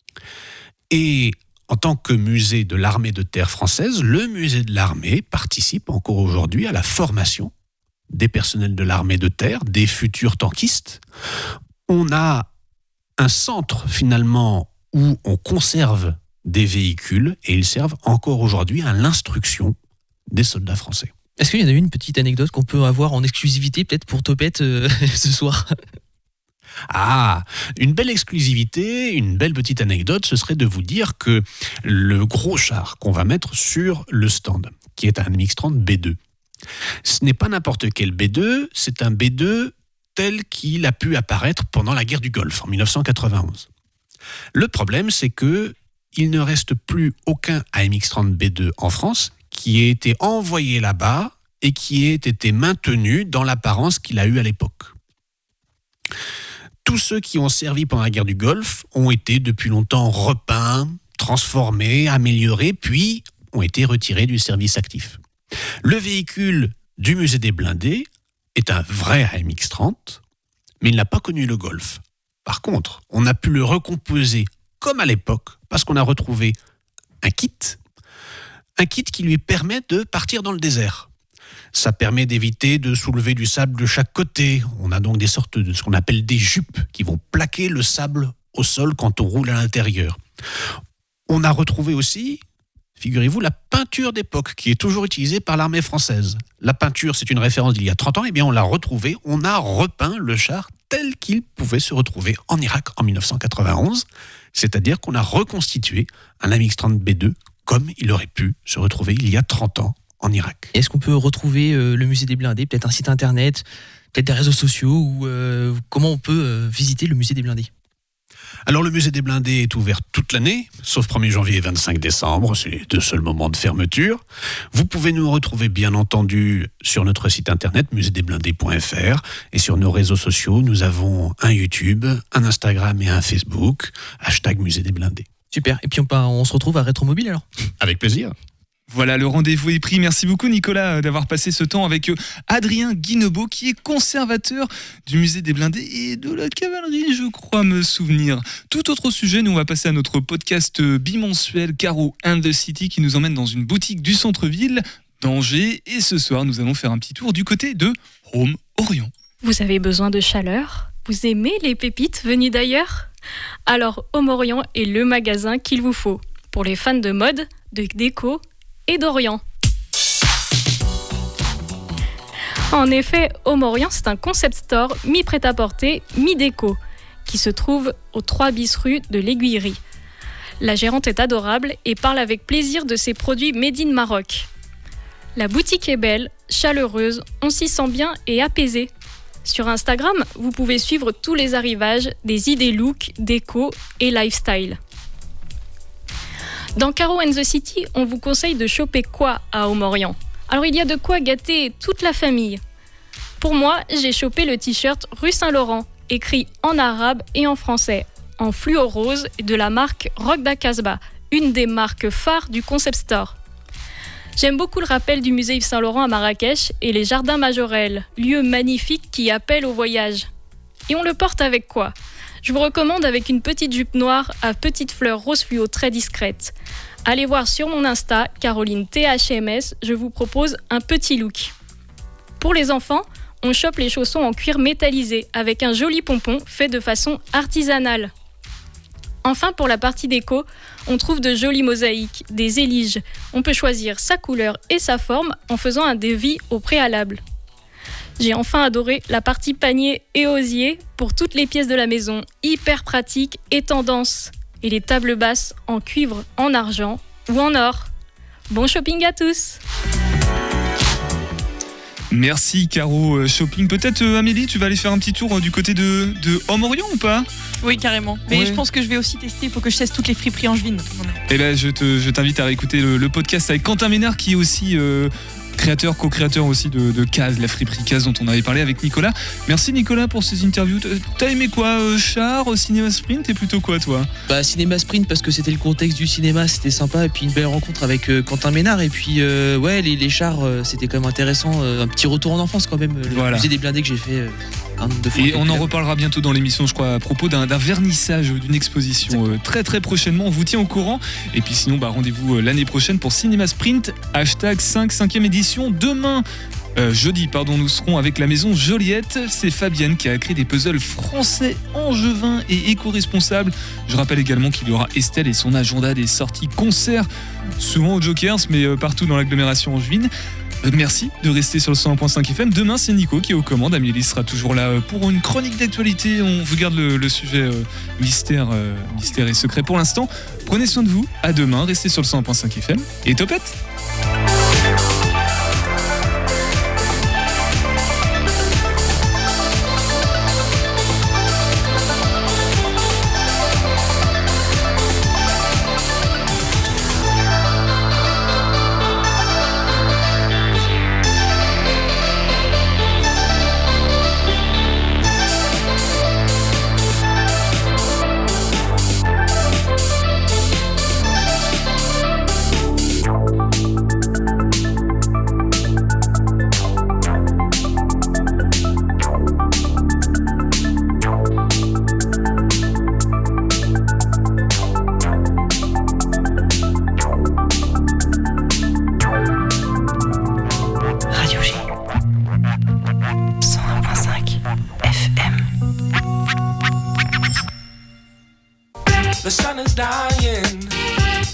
Et en tant que musée de l'armée de terre française, le musée de l'armée participe encore aujourd'hui à la formation des personnels de l'armée de terre, des futurs tankistes. On a un centre finalement où on conserve des véhicules et ils servent encore aujourd'hui à l'instruction des soldats français. Est-ce qu'il y en a une petite anecdote qu'on peut avoir en exclusivité peut-être pour Topette euh, ce soir ? Ah, une belle exclusivité, une belle petite anecdote, ce serait de vous dire que le gros char qu'on va mettre sur le stand, qui est un M X trente B deux, ce n'est pas n'importe quel B deux, c'est un B deux tel qu'il a pu apparaître pendant la guerre du Golfe en mille neuf cent quatre-vingt-onze. Le problème, c'est que il ne reste plus aucun A M X trente B deux en France qui ait été envoyé là-bas et qui ait été maintenu dans l'apparence qu'il a eue à l'époque. Tous ceux qui ont servi pendant la guerre du Golfe ont été depuis longtemps repeints, transformés, améliorés, puis ont été retirés du service actif. Le véhicule du musée des blindés est un vrai A M X trente, mais il n'a pas connu le Golfe. Par contre, on a pu le recomposer comme à l'époque, parce qu'on a retrouvé un kit, un kit qui lui permet de partir dans le désert. Ça permet d'éviter de soulever du sable de chaque côté. On a donc des sortes de ce qu'on appelle des jupes qui vont plaquer le sable au sol quand on roule à l'intérieur. On a retrouvé aussi, figurez-vous, la peinture d'époque qui est toujours utilisée par l'armée française. La peinture, c'est une référence d'il y a trente ans, et bien on l'a retrouvée, on a repeint le char tel qu'il pouvait se retrouver en Irak en dix-neuf cent quatre-vingt-onze, c'est-à-dire qu'on a reconstitué un A M X trente B deux comme il aurait pu se retrouver il y a trente ans en Irak. Est-ce qu'on peut retrouver euh, le musée des blindés, peut-être un site internet, peut-être des réseaux sociaux, ou euh, comment on peut euh, visiter le musée des blindés ? Alors le musée des blindés est ouvert toute l'année, sauf premier janvier et vingt-cinq décembre, c'est les deux seuls moments de fermeture. Vous pouvez nous retrouver bien entendu sur notre site internet musée des blindés point f r et sur nos réseaux sociaux, nous avons un YouTube, un Instagram et un Facebook, hashtag musée des blindés. Super, et puis on, on se retrouve à Rétromobile alors ? Avec plaisir. Voilà, le rendez-vous est pris. Merci beaucoup Nicolas d'avoir passé ce temps avec Adrien Guinebeau qui est conservateur du musée des blindés et de la cavalerie, je crois me souvenir. Tout autre sujet, nous on va passer à notre podcast bimensuel Caro and the City qui nous emmène dans une boutique du centre-ville d'Angers. Et ce soir, nous allons faire un petit tour du côté de Home Orient. Vous avez besoin de chaleur ? Vous aimez les pépites venues d'ailleurs ? Alors Home Orient est le magasin qu'il vous faut pour les fans de mode, de déco et d'Orient. En effet, Home Orient, c'est un concept store mi-prêt-à-porter, mi-déco, qui se trouve aux trois bis rue de l'Aiguillerie. La gérante est adorable et parle avec plaisir de ses produits made in Maroc. La boutique est belle, chaleureuse, on s'y sent bien et apaisé. Sur Instagram, vous pouvez suivre tous les arrivages, des idées look, déco et lifestyle. Dans Caro and the City, on vous conseille de choper quoi à Home Orient ? Alors il y a de quoi gâter toute la famille. Pour moi, j'ai chopé le t-shirt Rue Saint-Laurent, écrit en arabe et en français, en fluo rose de la marque Rock da Casbah, une des marques phares du concept store. J'aime beaucoup le rappel du musée Yves Saint-Laurent à Marrakech et les jardins Majorelle, lieu magnifique qui appelle au voyage. Et on le porte avec quoi ? Je vous recommande avec une petite jupe noire à petites fleurs rose fluo très discrètes. Allez voir sur mon Insta, Caroline T H M S, je vous propose un petit look. Pour les enfants, on chope les chaussons en cuir métallisé avec un joli pompon fait de façon artisanale. Enfin, pour la partie déco, on trouve de jolies mosaïques, des éliges. On peut choisir sa couleur et sa forme en faisant un devis au préalable. J'ai enfin adoré la partie panier et osier pour toutes les pièces de la maison, hyper pratique et tendance. Et les tables basses en cuivre, en argent ou en or. Bon shopping à tous! Merci Caro Shopping. Peut-être euh, Amélie, tu vas aller faire un petit tour euh, du côté de, de Home Orient ou pas ? Oui, carrément. Mais ouais. je pense que je vais aussi tester, il faut que je teste toutes les friperies angevines. Eh ben, je, te, je t'invite à réécouter le, le podcast avec Quentin Ménard qui est aussi... Euh, créateur, co-créateur aussi de, de Case, la friperie Case dont on avait parlé avec Nicolas. Merci Nicolas pour ces interviews. T'as aimé quoi, euh, Char, Cinéma Sprint, t'es plutôt quoi toi ? Bah Cinéma Sprint parce que c'était le contexte du cinéma, c'était sympa, et puis une belle rencontre avec euh, Quentin Ménard, et puis euh, ouais les, les chars euh, c'était quand même intéressant, euh, un petit retour en enfance quand même, le voilà. musée des blindés que j'ai fait euh, un nombre de fois. Et on en reparlera bientôt dans l'émission, je crois, à propos d'un, d'un vernissage d'une exposition euh, très très prochainement, on vous tient au courant. Et puis sinon bah, rendez-vous euh, l'année prochaine pour Cinéma Sprint, hashtag cinq, cinquième édition. Demain Euh, jeudi, pardon, nous serons avec la maison Joliette. C'est Fabienne qui a créé des puzzles français, angevins et éco-responsables. Je rappelle également qu'il y aura Estelle et son agenda des sorties concerts, souvent au Jokers, mais euh, partout dans l'agglomération angevine. Euh, merci de rester sur le cent un point cinq F M. Demain, c'est Nico qui est aux commandes. Amélie sera toujours là euh, pour une chronique d'actualité. On vous garde le, le sujet euh, mystère, euh, mystère et secret pour l'instant. Prenez soin de vous. À demain. Restez sur le cent un point cinq F M. Et topette! The sun is dying.